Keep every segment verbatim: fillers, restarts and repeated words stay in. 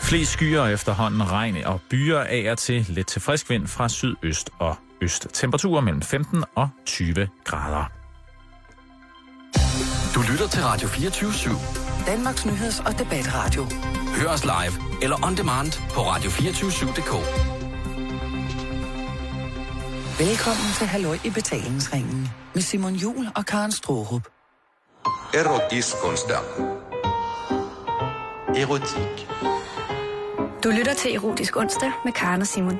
Flest skyer efterhånden regn og byer af og til lidt til frisk vind fra sydøst og øst. Temperaturer mellem femten og tyve grader. Du lytter til Radio fireogtyve syv. Danmarks nyheds- og debatradio. Hør os live eller on demand på radio to fire syv punktum d k. Velkommen til Halløj i betalingsringen med Simon Juhl og Karen Strohrup. Erotisk-onsdag. Erotik. Du lytter til Erotisk Onsdag med Karen og Simon.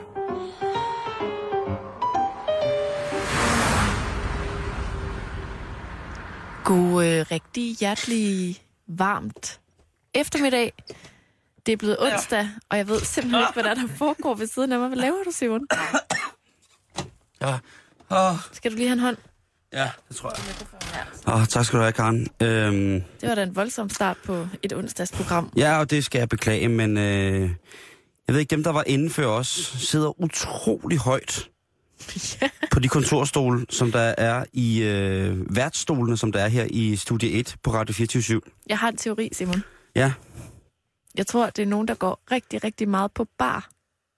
God, øh, rigtig hjertelig varmt eftermiddag. Det er blevet onsdag, ja. Og jeg ved simpelthen ikke, hvad der, der foregår ved siden af mig. Hvad laver du, Simon? Ja. Oh. Skal du lige have en hånd? Ja, det tror jeg. Oh, tak skal du have, Karen. Øhm... Det var da en voldsom start på et onsdagsprogram. Ja, og det skal jeg beklage, men øh, jeg ved ikke, dem, der var inde før os, sidder utrolig højt ja. På de kontorstole, som der er i øh, værtsstolene, som der er her i Studie et på Radio fireogtyve syv. Jeg har en teori, Simon. Ja. Jeg tror, det er nogen, der går rigtig, rigtig meget på bar.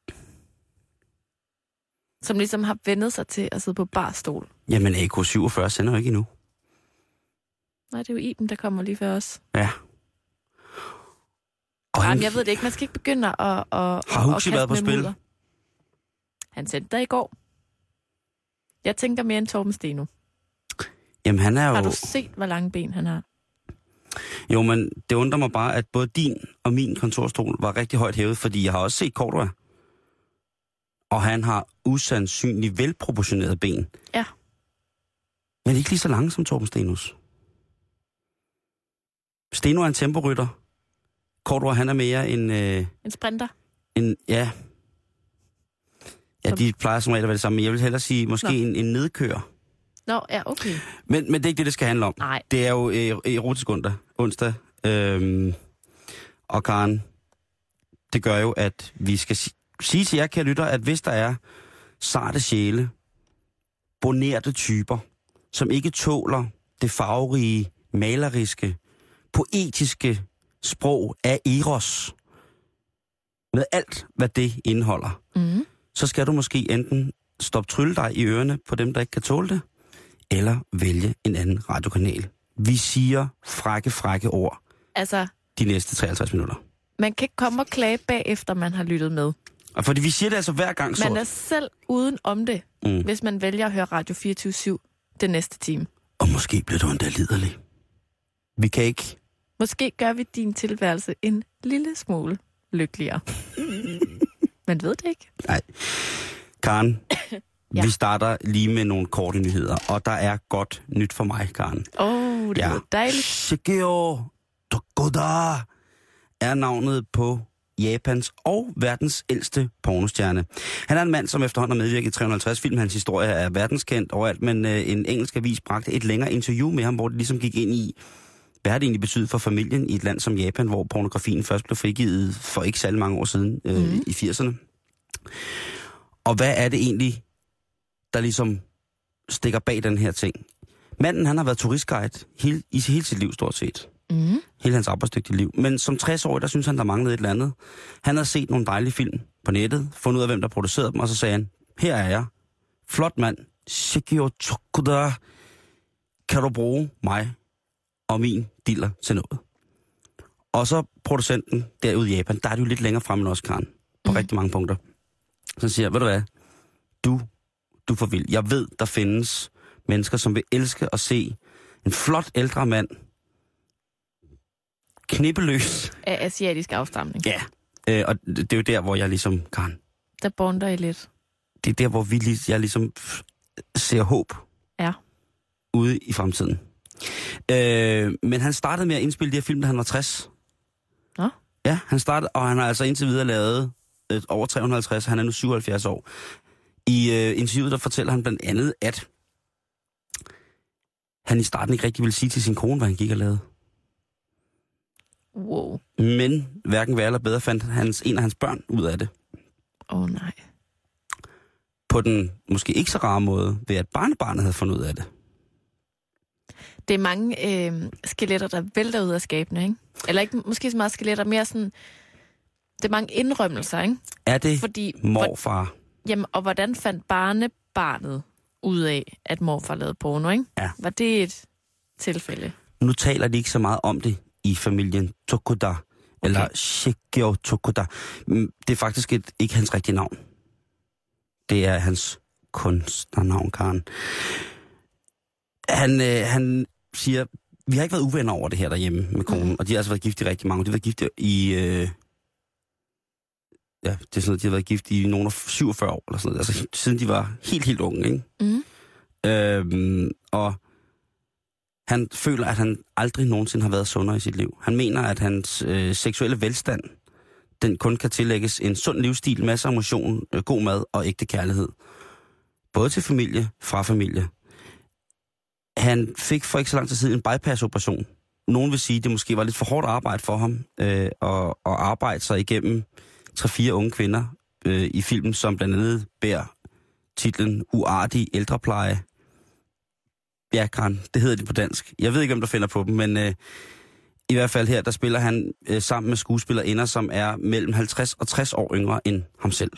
Som ligesom har vendet sig til at sidde på barstol. Jamen, A K syvogfyrre sender jo ikke endnu. Nej, det er jo Iben, der kommer lige før os. Ja. Og han... Jamen, jeg ved det ikke. Man skal ikke begynde at, at, at har Huxi været på spil? Mudder. Han sendte dig i går. Jeg tænker mere end Torben Steno. Jamen, han er jo... Har du set, hvor lange ben han har? Jo, men det undrer mig bare, at både din og min kontorstol var rigtig højt hævet, fordi jeg har også set Cordua. Og han har usandsynligt velproportionerede ben. Ja. Men ikke lige så lange som Torben Stenos. Steno er en temporytter. Cordua, han er mere en... Øh, en sprinter? En, ja. Ja, de plejer som regel at være det samme, men jeg vil hellere sige måske en, en nedkører. Nå, ja, okay. Men, men det er ikke det, det skal handle om. Nej. Det er jo øh, erotisk onsdag. onsdag. Øhm, og Karen, det gør jo, at vi skal si- sige til jer, kære lytter, at hvis der er sarte sjæle, bonerte typer, som ikke tåler det farverige, maleriske, poetiske sprog af Eros, med alt, hvad det indeholder, mm. så skal du måske enten stoppe trylle dig i ørerne på dem, der ikke kan tåle det, eller vælge en anden radiokanal. Vi siger frække, frække ord altså, de næste treoghalvtreds minutter. Man kan ikke komme og klage bagefter, man har lyttet med. Og fordi vi siger det altså hver gang sort. Man er selv uden om det, mm. hvis man vælger at høre Radio fireogtyve syv den næste time. Og måske bliver du endda liderlig. Vi kan ikke... Måske gør vi din tilværelse en lille smule lykkeligere. Man ved det ikke. Nej. Karen, ja. Vi starter lige med nogle korte nyheder, og der er godt nyt for mig, Karen. Åh, oh, det ja. er dejligt. Shigeo Tokuda er navnet på Japans og verdens ældste pornostjerne. Han er en mand, som efterhånden har medvirket i tre hundrede og halvtreds film. Hans historie er verdenskendt overalt, men øh, en engelsk avis bragte et længere interview med ham, hvor det ligesom gik ind i, hvad har det egentlig betydet for familien i et land som Japan, hvor pornografien først blev frigivet for ikke særlig mange år siden, øh, mm. i firserne. Og hvad er det egentlig, der ligesom stikker bag den her ting? Manden, han har været turistguide hele, i hele sit liv, stort set. Mm. Hele hans arbejdsdygtige liv. Men som tres-årig, der synes han, der manglede et eller andet. Han havde set nogle dejlige film på nettet, fundet ud af, hvem der producerede dem, og så sagde han, her er jeg. Flot mand. Shigeo Tokuda. Kan du bruge mig og min diller til noget? Og så producenten derude i Japan, der er det jo lidt længere frem end os, Karen. På mm. rigtig mange punkter. Så siger jeg, ved du hvad? Du, du får vild. Jeg ved, der findes mennesker, som vil elske at se en flot ældre mand knippeløs. Af asiatisk afstamning. Ja, øh, og det, det er jo der, hvor jeg ligesom, Karen... Der bonder I lidt. Det er der, hvor vi, jeg ligesom ser håb. Ja. Ude i fremtiden. Øh, men han startede med at indspille de her film, da han var tres. Nå? Ja, han startede, og han har altså indtil videre lavet øh, over tre hundrede og halvtreds, han er nu syvoghalvfjerds år. I øh, interviewet, der fortæller han blandt andet, at han i starten ikke rigtig ville sige til sin kone, hvad han gik og lavede. Wow. Men hverken værre eller bedre fandt hans, en af hans børn ud af det. Åh oh, nej. På den måske ikke så rare måde, ved at barnebarnet havde fundet ud af det. Det er mange øh, skeletter, der vælter ud af skabene, ikke? Eller ikke måske så meget skeletter, mere sådan Det er mange indrømmelser, ikke? Er det Fordi, morfar? Hvor, jamen, og hvordan fandt barnebarnet ud af, at morfar lavede porno, ikke? Ja. Var det et tilfælde? Nu taler de ikke så meget om det i familien Tokuda, okay. eller Shigeo Tokuda. Det er faktisk et, ikke hans rigtige navn. Det er hans kunstnernavn, Karen. Han, øh, han siger, vi har ikke været uvenner over det her derhjemme med konen, mm. og de har altså været gift i rigtig mange. De har været gift i, øh, ja, det er sådan noget, de har været gift i nogle af syvogfyrre år, eller sådan noget, altså siden de var helt, helt unge, ikke? Mm. Øhm, og han føler, at han aldrig nogensinde har været sundere i sit liv. Han mener, at hans øh, seksuelle velstand, den kun kan tillægges en sund livsstil, masser af motion, øh, god mad og ægte kærlighed. Både til familie, fra familie. Han fik for ikke så lang tid siden en bypass-operation. Nogen vil sige, at det måske var lidt for hårdt arbejde for ham øh, at, at arbejde sig igennem tre-fire unge kvinder øh, i filmen, som blandt andet bærer titlen Uartig ældrepleje. Ja, Karen, det hedder det på dansk. Jeg ved ikke, om der finder på dem, men øh, i hvert fald her, der spiller han øh, sammen med skuespillerinder, som er mellem halvtreds og tres år yngre end ham selv.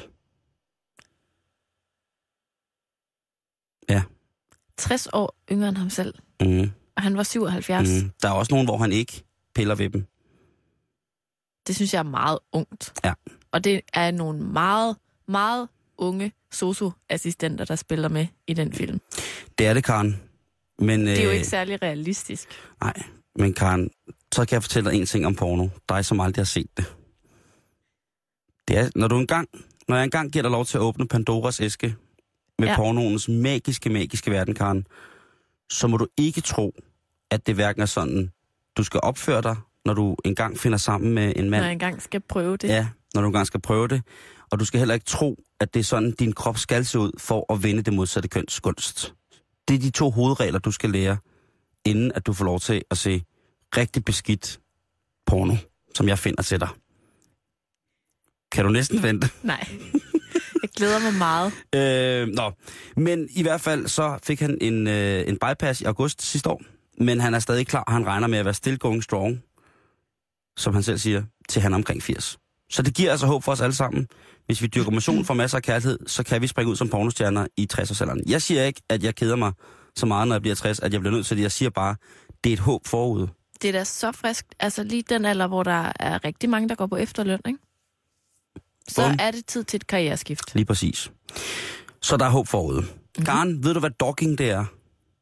Ja. tres år yngre end ham selv. Mm. Og han var syvoghalvfjerds. Mm. Der er også nogen, hvor han ikke piller ved dem. Det synes jeg er meget ungt. Ja. Og det er nogle meget, meget unge sosu-assistenter, der spiller med i den film. Det er det, Karen. Men, det er jo øh, ikke særlig realistisk. Nej, men Karen, så kan jeg fortælle dig en ting om porno. Dig, som aldrig har set det. Det er, når du engang, når jeg engang giver dig lov til at åbne Pandoras æske med ja. pornoens magiske, magiske verden, Karen, så må du ikke tro, at det hverken er sådan, du skal opføre dig, når du engang finder sammen med en mand. Når jeg engang skal prøve det. Ja, når du engang skal prøve det. Og du skal heller ikke tro, at det er sådan, din krop skal se ud for at vinde det modsatte køns gunst. Det er de to hovedregler, du skal lære, inden at du får lov til at se rigtig beskidt porno, som jeg finder til dig. Kan du næsten vente? Nej. Jeg glæder mig meget. øh, nå, men i hvert fald så fik han en, øh, en bypass i august sidste år, men han er stadig klar, og han regner med at være still going strong, som han selv siger, til han er omkring firs. Så det giver altså håb for os alle sammen. Hvis vi dyrker motion for masser af kærlighed, så kan vi springe ud som pornostjerner i tres-årsalderen. Jeg siger ikke, at jeg keder mig så meget, når jeg bliver tres, at jeg bliver nødt til det. Jeg siger bare, det er et håb forude. Det er da så frisk. Altså lige den alder, hvor der er rigtig mange, der går på efterløn, ikke? Så um, er det tid til et karriereskift. Lige præcis. Så der er håb forude. Mm-hmm. Karen, ved du, hvad dogging det er?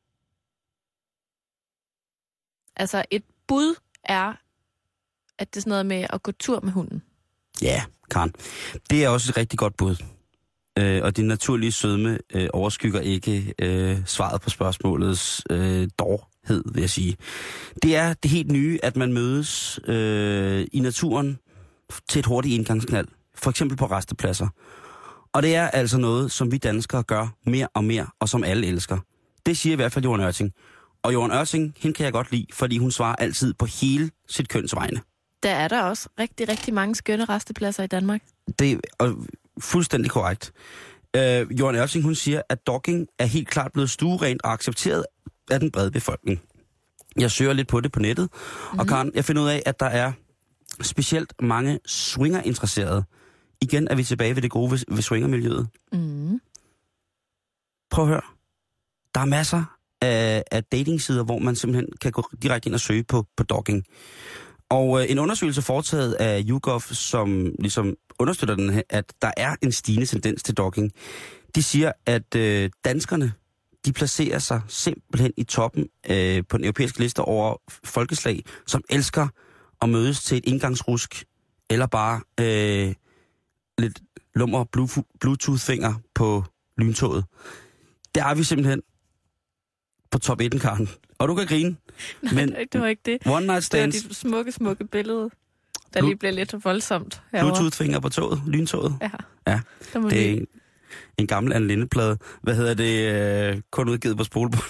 Altså et bud er, at det er sådan noget med at gå tur med hunden. Ja, Karen. Det er også et rigtig godt bud. Øh, og din naturlige sødme øh, overskygger ikke øh, svaret på spørgsmålets øh, dårhed, vil jeg sige. Det er det helt nye, at man mødes øh, i naturen til et hurtigt indgangsknald. For eksempel på rastepladser. Og det er altså noget, som vi danskere gør mere og mere, og som alle elsker. Det siger i hvert fald Johan Ørting. Og Johan Ørting, hende kan jeg godt lide, fordi hun svarer altid på hele sit køns vegne. Der er der også rigtig, rigtig mange skønne rastepladser i Danmark. Det er fuldstændig korrekt. Øh, Johan Ørting, hun siger, at dogging er helt klart blevet stuerent og accepteret af den brede befolkning. Jeg søger lidt på det på nettet, mm-hmm. og Karen, jeg finder ud af, at der er specielt mange swinger-interesserede. Igen er vi tilbage ved det gode ved, ved swingermiljøet. Mm. Prøv at høre. Der er masser af, af datingsider, hvor man simpelthen kan gå direkte ind og søge på, på dogging. Og øh, en undersøgelse foretaget af YouGov, som ligesom understøtter den her, at der er en stigende tendens til dogging. De siger, at øh, danskerne, de placerer sig simpelthen i toppen øh, på den europæiske liste over folkeslag, som elsker at mødes til et indgangsrusk, eller bare øh, lidt lummer Bluetooth-finger på lyntoget. Der er vi simpelthen på top et, Karen. Og du kan grine. Nej, men det var ikke det. One night stands. Det var dit smukke, smukke billede, der Blu- lige blev lidt voldsomt herovre. Bluetooth-finger på toget, lyntoget. Ja, ja. Det er lige... en, en gammel Anne Lindeplade. Hvad hedder det? Øh, kun udgivet på spolebånd.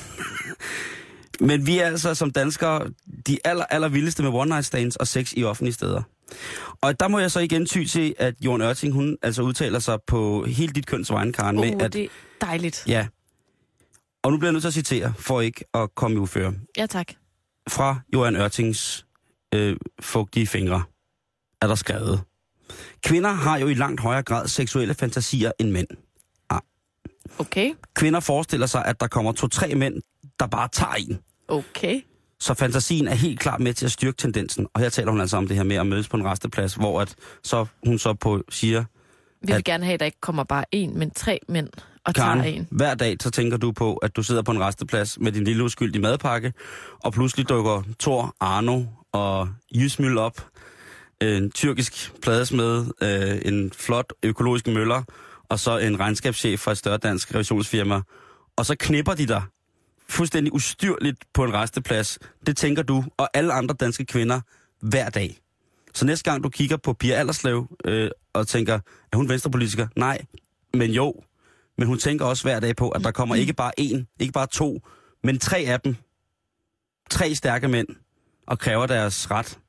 Men vi er altså som danskere de aller, aller vildeste med one night stands og sex i offentlige steder. Og der må jeg så igen ty til, at Johan Ørting, hun altså udtaler sig på hele dit køns vegne, Karen, oh, med at... det er dejligt. Ja. Og nu bliver jeg nødt til at citere, for ikke at komme i uføre. Ja, tak. Fra Johan Ørtings øh, fugtige fingre er der skrevet. Kvinder har jo i langt højere grad seksuelle fantasier end mænd. Ah. Okay. Kvinder forestiller sig, at der kommer to-tre mænd, der bare tager en. Okay. Så fantasien er helt klart med til at styrke tendensen. Og her taler hun altså om det her med at mødes på en resteplads, hvor at så, hun så på siger... Vi vil at, gerne have, at der ikke kommer bare en, men tre mænd og Karen, tager en. hver dag så tænker du på, at du sidder på en resteplads med din lille uskyldige madpakke, og pludselig dukker Thor, Arno og Jysmyld op. En tyrkisk pladesmed, øh, en flot økologisk møller, og så en regnskabschef fra et større dansk revisionsfirma. Og så knipper de dig fuldstændig ustyrligt på en resteplads. Det tænker du og alle andre danske kvinder hver dag. Så næste gang du kigger på Pia Allerslev øh, og tænker, er hun venstrepolitiker? Nej, men jo. Men hun tænker også hver dag på, at der kommer ikke bare en, ikke bare to, men tre af dem. Tre stærke mænd og kræver deres ret.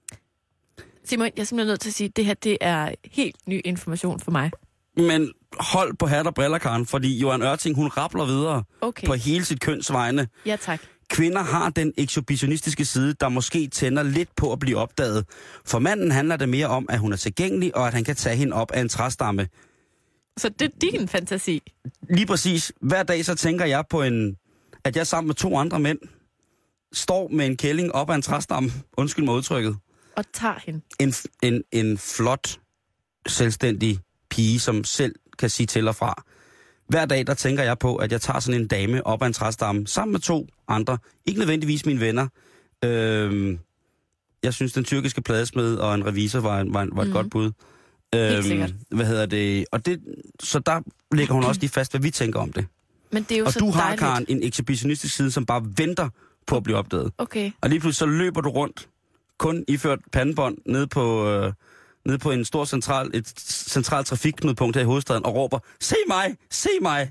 Simon, jeg er simpelthen nødt til at sige, at det her det er helt ny information for mig. Men hold på hat og briller, Karen, fordi Johan Ørting, hun rappler videre Okay. på hele sit køns vegne. Ja, tak. Kvinder har den ekshibitionistiske side, der måske tænder lidt på at blive opdaget. For manden handler det mere om, at hun er tilgængelig, og at han kan tage hende op af en træstamme. Så det er din fantasi? Lige præcis. Hver dag så tænker jeg på en, at jeg sammen med to andre mænd står med en kælling op af en træstamme. Undskyld mig udtrykket. Og tager hende. En, en, en flot, selvstændig pige, som selv kan sige til og fra. Hver dag, der tænker jeg på, at jeg tager sådan en dame op ad en træstamme, sammen med to andre. Ikke nødvendigvis mine venner. Øhm, jeg synes, den tyrkiske pladesmed og en revisor var, en, var, en, var et mm. godt bud. Øhm, hvad hedder det? Og det? Så der lægger hun også lige fast, hvad vi tænker om det. Men det er jo og så du har, dejligt. Karen, en ekshibitionistisk side, som bare venter på at blive opdaget. Okay. Og lige pludselig så løber du rundt, kun iført pandebånd, ned på... Øh, nede på en stor central, et centralt trafikknudepunkt her i hovedstaden, og råber, se mig, se mig,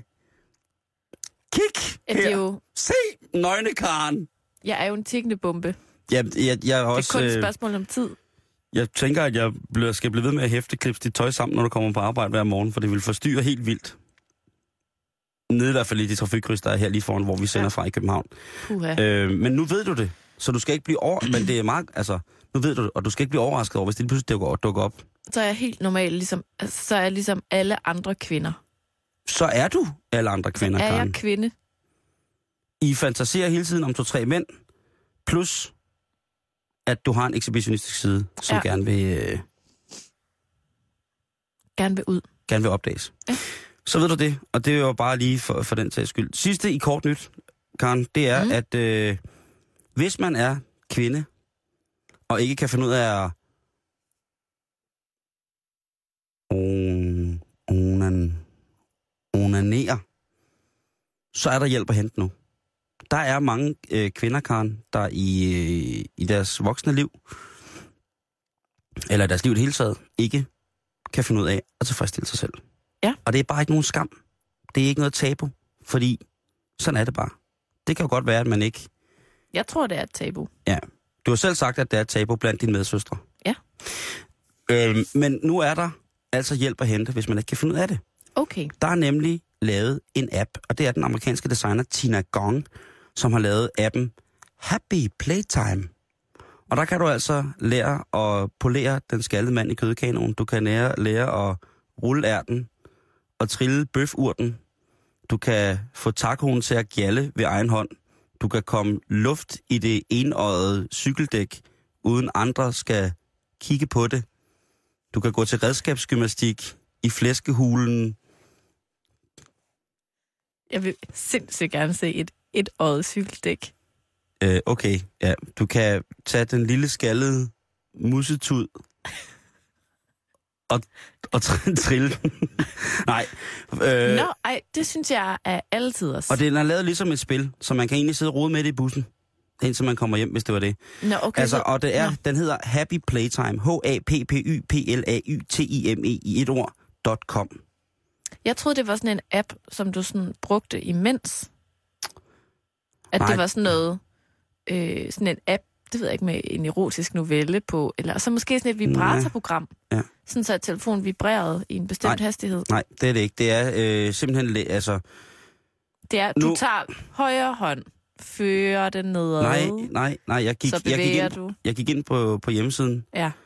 kig Er her, det jo... se nøgne Karen. Jeg er jo en tikkende bombe. Ja, jeg, jeg er også, det er kun et øh, spørgsmål om tid. Jeg tænker, at jeg bliver, skal blive ved med at hæfte klips dit tøj sammen, når du kommer på arbejde hver morgen, for det vil forstyrre helt vildt. Nede i hvert fald i de trafikkryds, der er her lige foran, hvor vi sender ja. fra i København. Øh, men nu ved du det, så du skal ikke blive over... men det er meget... Altså, nu ved du det, og du skal ikke blive overrasket over, hvis det pludselig dukker, dukker op. Så er jeg helt normal, ligesom, altså, så er jeg ligesom alle andre kvinder. Så er du alle andre kvinder, så er Karen. jeg kvinde. I fantaserer hele tiden om to-tre mænd, plus at du har en ekshibitionistisk side, som ja. gerne vil... Øh, gerne vil ud. Gerne vil opdages. Ja. Så ved du det, og det er jo bare lige for, for den sags skyld. Sidste i kort nyt, Karen, det er, mm. at øh, hvis man er kvinde, og ikke kan finde ud af at on, onan, onanere, så er der hjælp at hente nu. Der er mange øh, kvinder, Karen, der i, øh, i deres voksne liv, eller deres liv i det hele taget, ikke kan finde ud af at tilfredsstille sig selv. Ja. Og det er bare ikke nogen skam. Det er ikke noget tabu, fordi sådan er det bare. Det kan jo godt være, at man ikke... Jeg tror, det er et tabu. Ja. Du har selv sagt, at det er et tabu blandt dine medsøstre. Ja. Øhm, men nu er der altså hjælp at hente, hvis man ikke kan finde ud af det. Okay. Der er nemlig lavet en app, og det er den amerikanske designer Tina Gong, som har lavet appen Happy Playtime. Og der kan du altså lære at polere den skaldede mand i kødkanonen. Du kan lære, lære at rulle ærten og trille bøfurten. Du kan få tacoen til at gjalle ved egen hånd. Du kan komme luft i det enøjede cykeldæk, uden andre skal kigge på det. Du kan gå til redskabsgymnastik i flæskehulen. Jeg vil sindssygt gerne se et etøjet cykeldæk. Øh, okay, ja. Du kan tage den lille skaldede musetud og, og trille den. Nej. Øh, Nå, ej, det synes jeg er altid også. Og den er lavet ligesom et spil, så man kan egentlig sidde og rode med det i bussen, indtil man kommer hjem, hvis det var det. Nå, okay. Altså, så... og det er, Nå. den hedder Happy Playtime, H A P P Y P L A Y T I M E i et ord, dot com. Jeg troede, det var sådan en app, som du sådan brugte imens. At Nej. det var sådan noget, øh, sådan en app, det ved jeg ikke, med en erotisk novelle på, eller så måske sådan et vibratorprogram. Ja. Sådan så at telefonen vibrerede i en bestemt Nej. hastighed. Nej, det er det ikke. Det er øh, simpelthen, altså... Det er, Nu- du tager højre hånd, fører den nedad. Nej, nej, nej, jeg gik, Så jeg gik bevæger ind, du. jeg gik ind på, på hjemmesiden Ja.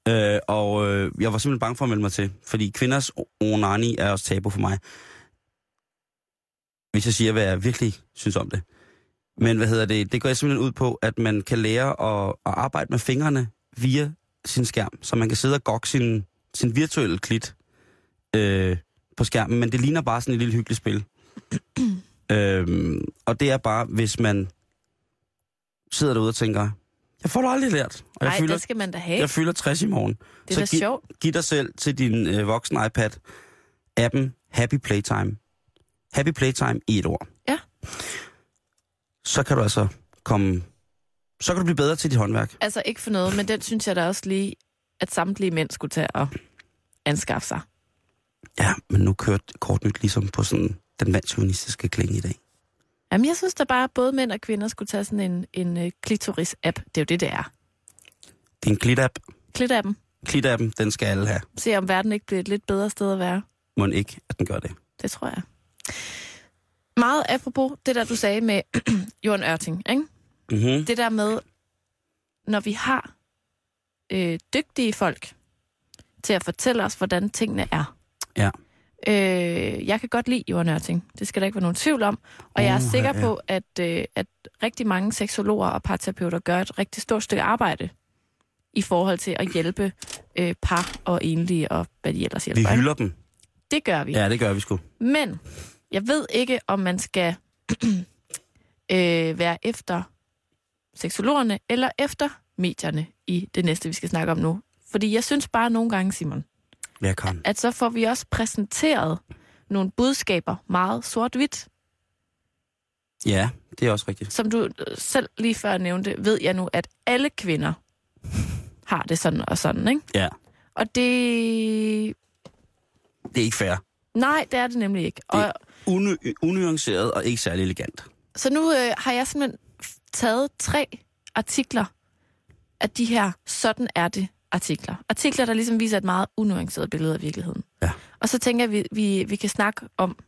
Øh, og øh, jeg var simpelthen bange for at melde mig til, fordi kvinders onani er også tabu for mig. Hvis jeg siger, hvad jeg virkelig synes om det. Men hvad hedder det? Det går jeg simpelthen ud på, at man kan lære at, at arbejde med fingrene via sin skærm, så man kan sidde og gokke sin, sin virtuelle klit øh, på skærmen, men det ligner bare sådan et lille hyggeligt spil. øhm, og det er bare, hvis man sidder derude og tænker, jeg får det aldrig lært. Og jeg Ej, fylder, det skal man da have. Jeg fylder tres i morgen. Det er da så sjovt. Giv dig selv til din øh, voksen iPad appen Happy Playtime. Happy Playtime i et ord. Ja. Så kan du altså komme... Så kan du blive bedre til dit håndværk. Altså ikke for noget, men den synes jeg da også lige, at samtlige mænd skulle tage og anskaffe sig. Ja, men nu kørte Kortnyt ligesom på sådan den mandsjuvenistiske klinge i dag. Jamen jeg synes da bare, at både mænd og kvinder skulle tage sådan en, en uh, klitoris-app. Det er jo det, det er. Det er en klit-app. Klit-appen. Klit-appen, den skal alle have. Se om verden ikke bliver et lidt bedre sted at være. Må ikke, at den gør det. Det tror jeg. Meget apropos det der, du sagde med Jørgen Ørting, ikke? Mm-hmm. Det der med, når vi har øh, dygtige folk til at fortælle os, hvordan tingene er. Ja. Øh, jeg kan godt lide Jørgen Ørting. Det skal der ikke være nogen tvivl om. Og jeg er Uh, sikker ja. på, at, øh, at rigtig mange seksologer og parterapeuter gør et rigtig stort stykke arbejde i forhold til at hjælpe øh, par og enlige og hvad de ellers hjælper. Vi ikke? hylder dem. Det gør vi. Ja, det gør vi sgu. Men jeg ved ikke, om man skal øh, være efter seksologerne eller efter medierne i det næste, vi skal snakke om nu. Fordi jeg synes bare nogle gange, Simon, Ja, kan. at så får vi også præsenteret nogle budskaber meget sort-hvidt. Ja, det er også rigtigt. Som du selv lige før nævnte, ved jeg nu, at alle kvinder har det sådan og sådan, ikke? Ja, Og det... det er ikke fair. Nej, det er det nemlig ikke. Det Og er unu- unuanceret og ikke særlig elegant. så nu øh, har jeg simpelthen taget tre artikler af de her sådan er det artikler. Artikler, der ligesom viser et meget unuanceret billede af virkeligheden. Ja. Og så tænker jeg, at vi, vi, vi kan snakke om...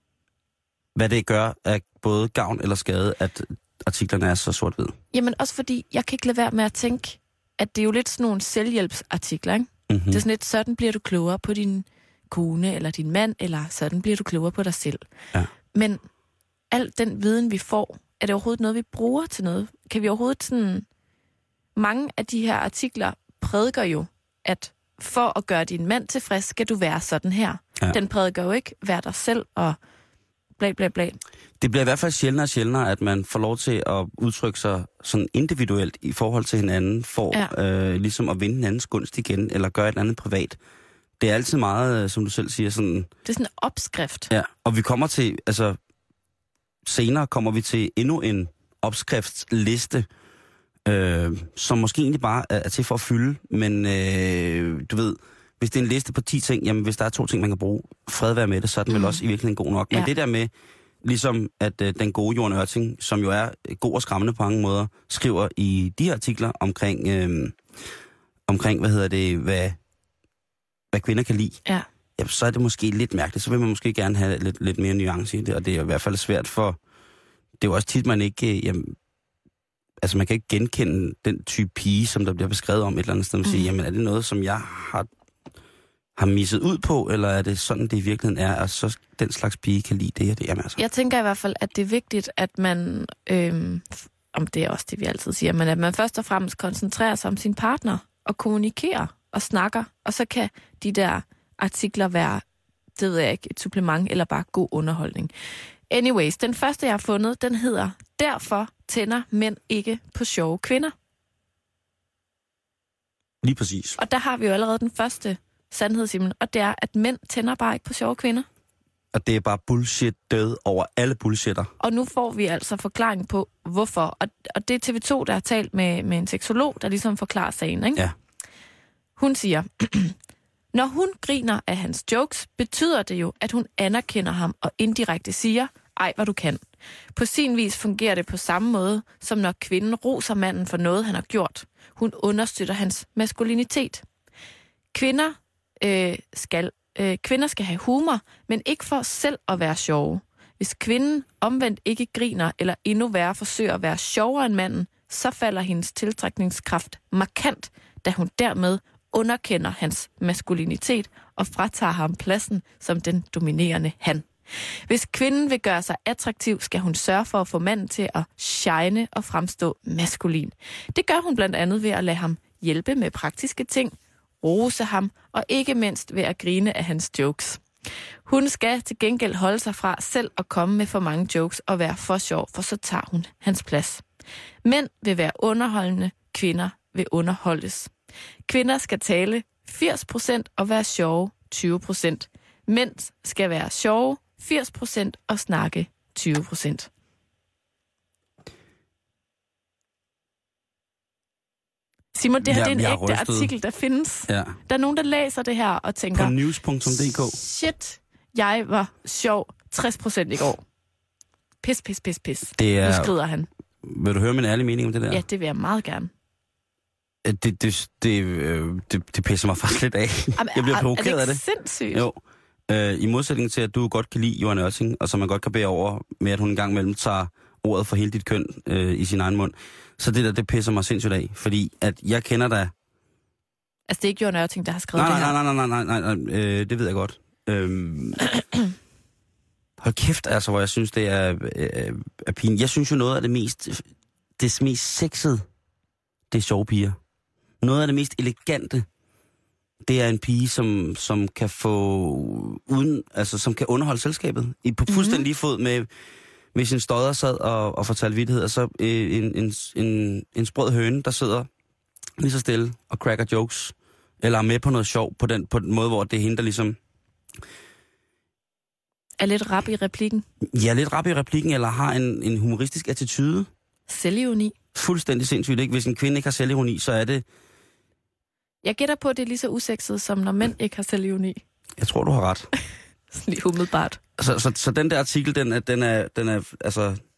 Hvad det gør af både gavn eller skade, at artiklerne er så sort-hvid. Jamen også fordi, jeg kan ikke lade være med at tænke, at det er jo lidt sådan nogle selvhjælpsartikler, ikke? Mm-hmm. Det er sådan lidt, sådan bliver du klogere på din kone eller din mand, eller sådan bliver du klogere på dig selv. Ja. Men al den viden, vi får, er det overhovedet noget, vi bruger til noget? Kan vi overhovedet sådan... Mange af de her artikler prædiker jo, at for at gøre din mand tilfreds, skal du være sådan her. Ja. Den prædiker jo ikke, vær dig selv og bla bla bla. Det bliver i hvert fald sjældnere og sjældnere, at man får lov til at udtrykke sig sådan individuelt i forhold til hinanden, for Ja. øh, ligesom at vinde hinandens gunst igen, eller gøre et andet privat. Det er altid meget, øh, som du selv siger, sådan... Det er sådan en opskrift. Ja, og vi kommer til, altså... Senere kommer vi til endnu en opskriftsliste, øh, som måske egentlig bare er, er til for at fylde, men øh, du ved, hvis det er en liste på ti ting, jamen hvis der er to ting, man kan bruge, fred være med det, så er den mm. vel også i virkeligheden god nok. Men Ja. det der med, ligesom at øh, den gode Jørgen Ørting, som jo er god og skræmmende på mange måder, skriver i de her artikler omkring, øh, omkring hvad hedder det, hvad, hvad kvinder kan lide, Ja. ja, så er det måske lidt mærkeligt. Så vil man måske gerne have lidt, lidt mere nuance i det, og det er i hvert fald svært for... Det er jo også tit, man ikke... Øh, jamen, altså, man kan ikke genkende den type pige, som der bliver beskrevet om et eller andet sted. Man mm. siger, jamen, er det noget, som jeg har, har misset ud på, eller er det sådan, det i virkeligheden er, at så den slags pige kan lide det og det? Jamen, altså. Jeg tænker i hvert fald, at det er vigtigt, at man... Øhm, om det er også det, vi altid siger, men at man først og fremmest koncentrerer sig om sin partner og kommunikerer og snakker, og så kan de der artikler være, det ved jeg ikke, et supplement eller bare god underholdning. Anyways, den første, jeg har fundet, den hedder, derfor tænder mænd ikke på sjove kvinder. Lige præcis. Og der har vi jo allerede den første sandhed, Simon, og det er, at mænd tænder bare ikke på sjove kvinder. Og det er bare bullshit død over alle bullshitter. Og nu får vi altså forklaring på, hvorfor. Og, og det er T V to, der har talt med, med en seksolog, der ligesom forklarer sagen, ikke? Ja. Hun siger, når hun griner af hans jokes, betyder det jo, at hun anerkender ham og indirekte siger, ej, hvad du kan. På sin vis fungerer det på samme måde, som når kvinden roser manden for noget, han har gjort. Hun understøtter hans maskulinitet. Kvinder, øh, skal, øh, kvinder skal have humor, men ikke for selv at være sjove. Hvis kvinden omvendt ikke griner, eller endnu værre forsøger at være sjovere end manden, så falder hendes tiltrækningskraft markant, da hun dermed underkender hans maskulinitet og fratager ham pladsen som den dominerende han. Hvis kvinden vil gøre sig attraktiv, skal hun sørge for at få manden til at shine og fremstå maskulin. Det gør hun blandt andet ved at lade ham hjælpe med praktiske ting, rose ham og ikke mindst ved at grine af hans jokes. Hun skal til gengæld holde sig fra selv at komme med for mange jokes og være for sjov, for så tager hun hans plads. Mænd vil være underholdende, kvinder vil underholdes. Kvinder skal tale firs procent og være sjove tyve procent. Mænd skal være sjove firs procent og snakke tyve procent. Simon, det her Ja, det er en jeg er ægte rystet. artikel, der findes. Ja. Der er nogen, der læser det her og tænker... På news punktum d k. Shit, jeg var sjov tres procent i går. Pis, pis, pis, pis. Det er... Nu skrider han. Vil du høre min ærlige mening om det der? Ja, det vil jeg meget gerne. Det, det, det, øh, det, det pisser mig faktisk lidt af. Jamen, Jeg bliver er- provokeret er af det det. ikke sindssygt? Jo. Øh, I modsætning til, at du godt kan lide Johan Ørting, og som man godt kan bære over med, at hun en gang imellem tager ordet for hele dit køn øh, i sin egen mund. Så det der, det pisser mig sindssygt af. Fordi at jeg kender da... Altså, det er ikke Jørgen Ørting, der har skrevet Nej, det her. nej, nej, nej, nej, nej, nej, øh, det ved jeg godt. Øhm, hold kæft, altså, hvor jeg synes, det er, øh, er pinligt. Jeg synes jo noget af det mest, det mest sexede, det er sjove piger. Noget af det mest elegante, det er en pige, som, som kan få uden, altså som kan underholde selskabet. I, på fuldstændig lige fod med, med sin stodder sad og, og fortalte vittigheder. Så øh, en, en, en, en sprød høne, der sidder lige så stille og cracker jokes, eller er med på noget sjov på den, på den måde, hvor det er hende, der ligesom... Er lidt rap i replikken. Ja, lidt rap i replikken, eller har en, en humoristisk attitude. Selvironi. Fuldstændig sindssygt, ikke? Hvis en kvinde ikke har selvironi, så er det... Jeg gætter på, at det er lige så usexet, som når mænd ikke har selvironi. Jeg tror, du har ret. Sådan lige umiddelbart. Så, så, så den der artikel, den er, den er, den er altså...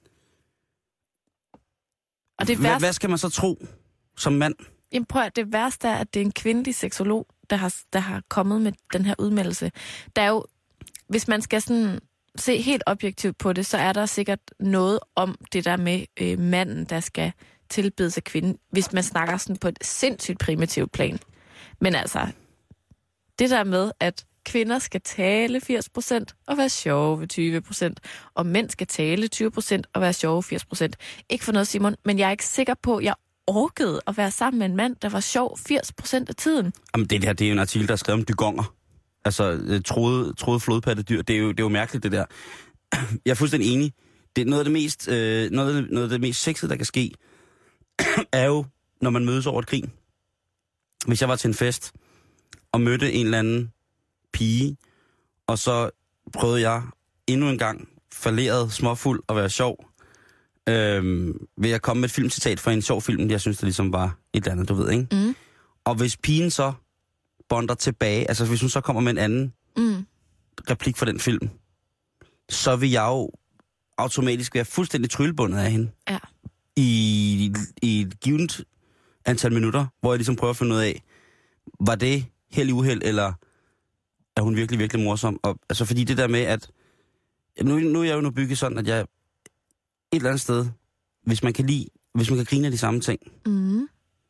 Og det Hvad, værste, hvad skal man så tro som mand? jamen prøv at, det værste er, at det er en kvindelig seksolog, der har, der har kommet med den her udmeldelse. Der er jo, hvis man skal sådan se helt objektivt på det, så er der sikkert noget om det der med øh, manden, der skal tilbedes af kvinden, hvis man snakker sådan på et sindssygt primitivt plan. Men altså, det der med, at kvinder skal tale firs procent og være sjove ved tyve procent, og mænd skal tale tyve procent og være sjove firs procent. Ikke for noget, Simon, men jeg er ikke sikker på, at jeg orkede at være sammen med en mand, der var sjov firs procent af tiden. Jamen, det der, det er jo en artikel, der er skrevet om dygonger. Altså, troede, troede flodpattedyr. Det er, jo, det er jo mærkeligt, det der. Jeg er fuldstændig enig. Det er noget af det mest, øh, noget, af det, noget af det mest sexede, der kan ske, er jo, når man mødes over et grin. Hvis jeg var til en fest, og mødte en eller anden pige, og så prøvede jeg endnu en gang, falderet, småfuld og være sjov, øhm, ved at komme med et filmcitat fra en sjov film, jeg synes, det ligesom var et eller andet, du ved, ikke? Mm. Og hvis pigen så bonder tilbage, altså hvis hun så kommer med en anden Mm. replik fra den film, så vil jeg jo automatisk være fuldstændig tryllebundet af hende. Ja. I, I et givet antal minutter, hvor jeg ligesom prøver at finde ud af, var det held i uheld, eller er hun virkelig, virkelig morsom? Og, altså fordi det der med, at nu, nu er jeg jo nu bygget sådan, at jeg et eller andet sted, hvis man kan lide, hvis man kan grine af de samme ting, Mm.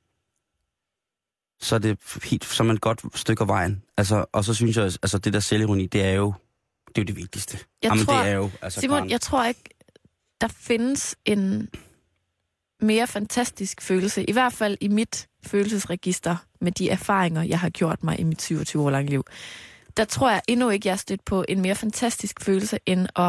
så er det helt som et godt stykke af vejen. Altså, og så synes jeg, altså det der selvironi, det er jo det, er jo det vigtigste. Jeg Jamen, tror, det er jo, altså, Simon, Karen. jeg tror ikke, der findes en mere fantastisk følelse, i hvert fald i mit følelsesregister, med de erfaringer, jeg har gjort mig i mit syvogtyve år lange liv. Der tror jeg endnu ikke, jeg er stødt på en mere fantastisk følelse, end at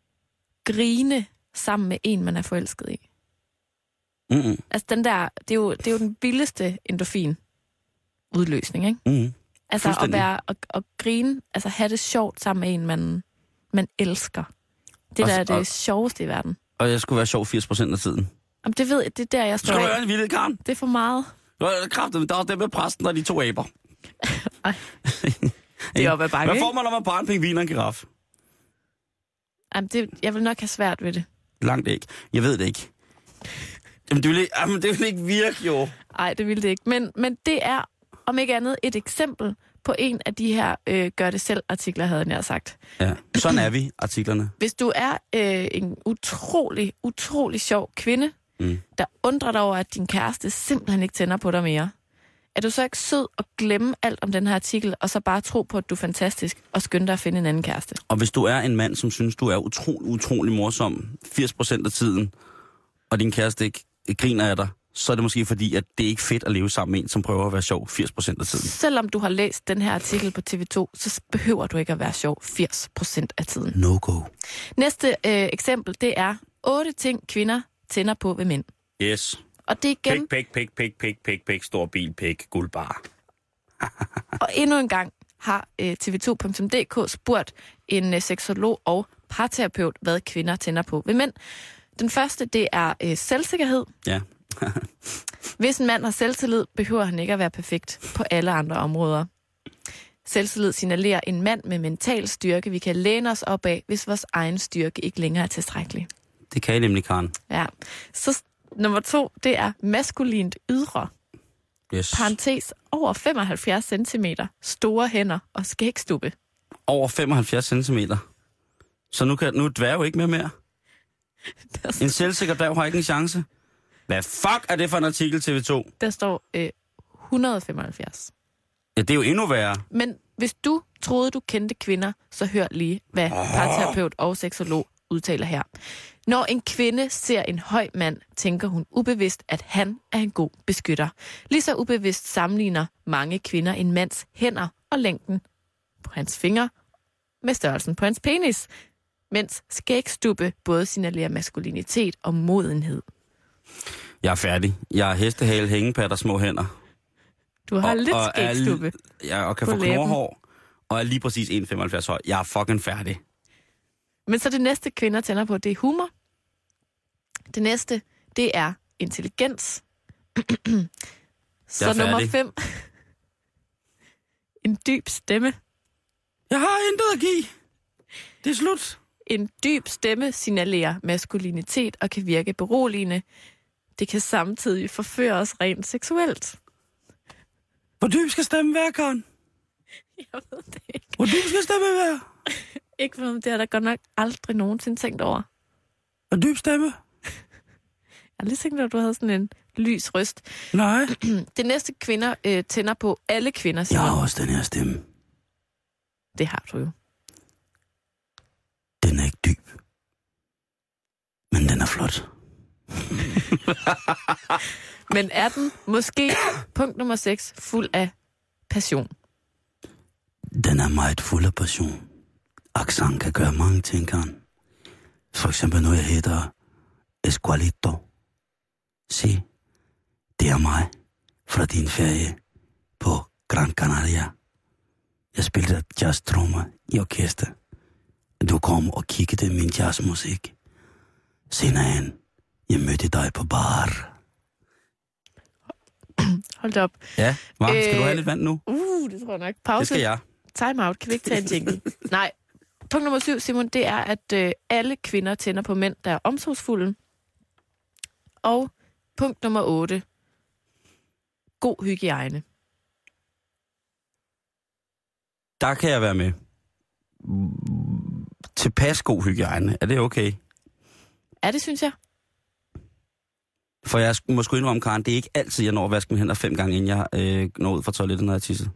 grine sammen med en, man er forelsket i. Mm-mm. Altså den der, det er jo, det er jo den vildeste endorfin udløsning, ikke? Mm-hmm. Altså at Fuldstændig. være og, og grine, altså have det sjovt sammen med en, man, man elsker. Det Og- der er det og- sjoveste i verden. Og jeg skulle være sjov firs procent af tiden. Jamen, det ved jeg, det er der, jeg står Skal du af. høre en vildhed, Karen? Det er for meget. Nu er det kraftigt, der er dem med præsten og de to aber. Ej. Det er op ad bakke, Hvad ikke? får man, når man bare en pingvin og en giraf? Jamen, det, jeg vil nok have svært ved det. Langt ikke. Jeg ved det ikke. Jamen, det vil ikke, jamen, det vil ikke virke, jo. Nej, det vil det ikke. Men, men det er, om ikke andet, et eksempel på en af de her øh, gør-det-selv-artikler, havde jeg sagt. Ja, sådan er vi, artiklerne. Hvis du er øh, en utrolig, utrolig sjov kvinde, Mm. der undrer dig over, at din kæreste simpelthen ikke tænder på dig mere, Er du så ikke sød at glemme alt om den her artikel, og så bare tro på, at du er fantastisk, og skynde dig at finde en anden kæreste? Og hvis du er en mand, som synes, du er utrolig, utrolig morsom firs procent af tiden, og din kæreste ikke griner af dig, så er det måske fordi, at det er ikke fedt at leve sammen med en, som prøver at være sjov firs procent af tiden. Selvom du har læst den her artikel på T V to, så behøver du ikke at være sjov firs procent af tiden. No go. Næste øh, eksempel, det er otte ting, kvinder tænder på ved mænd. Yes. Og det er igen... Pik, pik, pik, pik, pik, pik, stor bil, pik, guldbar. Og endnu en gang har øh, T V to punktum d k spurgt en øh, seksolog og parterapeut, hvad kvinder tænder på ved mænd. Den første, det er øh, selvsikkerhed. Ja. Hvis en mand har selvtillid, behøver han ikke at være perfekt på alle andre områder. Selvtillid signalerer en mand med mental styrke, vi kan læne os op af, hvis vores egen styrke ikke længere er tilstrækkelig. Det kan I nemlig, Karen. Ja. Så nummer to, det er maskulint ydre. Yes. Parentes over femoghalvfjerds centimeter, store hænder og skægstubbe. Over femoghalvfjerds centimeter. Så nu, kan, nu er dværg ikke mere mere. En selvsikker dværg har ikke en chance. Hvad fuck er det for en artikel, T V to? Der står øh, et hundrede og femoghalvfjerds. Ja, det er jo endnu værre. Men hvis du troede, du kendte kvinder, så hør lige, hvad oh. parterapeut og seksolog udtaler her. Når en kvinde ser en høj mand, tænker hun ubevidst, at han er en god beskytter. Lige så ubevidst sammenligner mange kvinder en mands hænder og længden på hans fingre med størrelsen på hans penis, mens skægstubbe både signalerer maskulinitet og modenhed. Jeg er færdig. Jeg er hestehale, hængepatter, små hænder. Du har og, lidt og skægstubbe. Ja, og kan få knorhår, og er lige præcis en komma femoghalvfjerds høj. Jeg er fucking færdig. Men så det næste, kvinder tænder på, det er humor. Det næste, det er intelligens. Så nummer fem. En dyb stemme. Jeg har intet at give. Det er slut. En dyb stemme signalerer maskulinitet og kan virke beroligende. Det kan samtidig forføre os rent seksuelt. Hvor dyb skal stemmen være, Karen? Jeg ved det ikke. Hvor dyb skal stemmen være? Ikke for det har der godt nok aldrig nogensinde tænkt over. Hvor dyb stemme? Jeg har lige tænkt, at du havde sådan en lys røst. Nej. Det næste kvinder øh, tænder på, alle kvinder siger. Jeg har også den her stemme. Det har du jo. Den er ikke dyb. Men den er flot. Men er den måske, punkt nummer seks, fuld af passion? Den er meget fuld af passion. Accent kan gøre mange ting, Karen. For eksempel når jeg hedder Esqualito. Se, det er mig fra din ferie på Gran Canaria. Jeg spillede jazztrommer i orkester. Du kom og kiggede min jazzmusik. Senere hen, jeg mødte dig på bar. Hold da op. Ja, hva? Skal øh, du have lidt vand nu? Uh, det tror jeg nok. Pause. Det skal jeg. Time out. Kan vi ikke tage en jingle? Nej. Punkt nummer syv, Simon, det er, at øh, alle kvinder tænder på mænd, der er omsorgsfulde. Og punkt nummer otte. God hygiejne. Der kan jeg være med. Tilpas god hygiejne. Er det okay? Ja, det synes jeg. For jeg må sgu indrømme, Karen, det er ikke altid, jeg når at vaske mine hænder fem gange, inden jeg øh, når ud fra toilettet, når jeg tisser.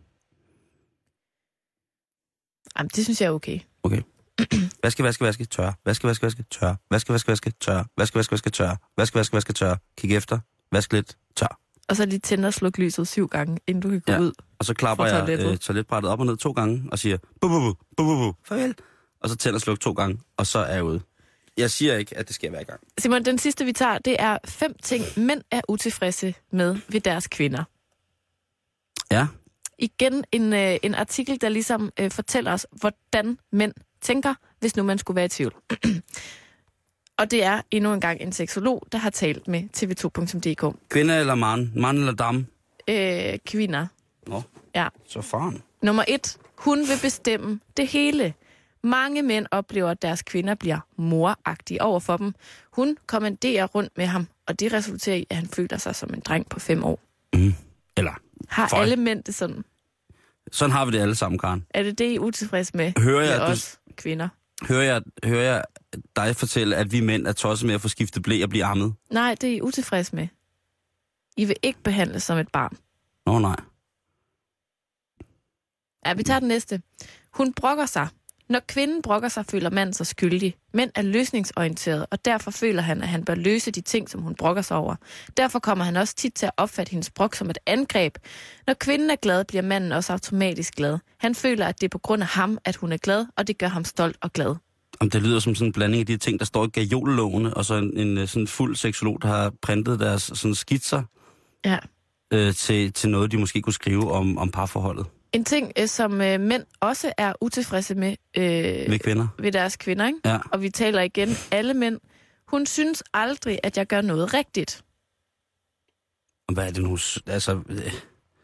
Jamen, det synes jeg er okay. Okay. Vaske, vaske, vaske, tør. Vaske, vaske, vaske, tør. Vaske, vaske, vaske, tør. Vaske, vaske, vaske, tør. Vaske, vaske, vaske, tør. Kig efter. Vask lidt, tør. Og så lige tænder og sluk lyset syv gange, inden du kan gå ja. ud. Og så klapper jeg øh, toiletbrættet op og ned to gange og siger, bu, bu, bu, bu, bu, bu, farvel. Og så tænder og sluk to gange, og så er jeg ude. Jeg siger ikke, at det sker hver gang. Simon, den sidste vi tager, det er fem ting, mænd er utilfredse med ved deres kvinder. Ja. Igen en, øh, en artikel, der ligesom øh, fortæller os, hvordan mænd tænker, hvis nu man skulle være i tvivl. Og det er endnu en gang en seksolog, der har talt med T V to punktum d k. Kvinder eller mand? Mand eller dam? Øh, kvinder. Nå, ja. Så faren. Nummer et. Hun vil bestemme det hele. Mange mænd oplever, at deres kvinder bliver moragtige over for dem. Hun kommanderer rundt med ham, og det resulterer i, at han føler sig som en dreng på fem år. Mm. Eller... Har Føj. Alle mænd det sådan? Sådan har vi det alle sammen, Karen. Er det det, I er utilfreds med? Hører jeg, med os du... kvinder? Hører jeg, hører jeg dig fortælle, at vi mænd er tosset med at få skiftet blæ og blive ammet? Nej, det er I utilfreds med. I vil ikke behandles som et barn. Nå, nej. Ja, vi tager den næste. Hun brokker sig. Når kvinden brokker sig, føler manden sig skyldig. Mænd er løsningsorienteret, og derfor føler han, at han bør løse de ting, som hun brokker sig over. Derfor kommer han også tit til at opfatte hendes brok som et angreb. Når kvinden er glad, bliver manden også automatisk glad. Han føler, at det er på grund af ham, at hun er glad, og det gør ham stolt og glad. Om det lyder som sådan en blanding af de ting, der står i gajolelovene, og så en, en sådan fuld seksolog, der har printet deres sådan skitser Ja. øh, til, til noget, de måske kunne skrive om, om parforholdet. En ting, øh, som øh, mænd også er utilfredse med, øh, Med kvinder. ved deres kvinder, ikke? Ja. Og vi taler igen alle mænd. Hun synes aldrig, at jeg gør noget rigtigt. Og hvad er det nu? Altså, øh,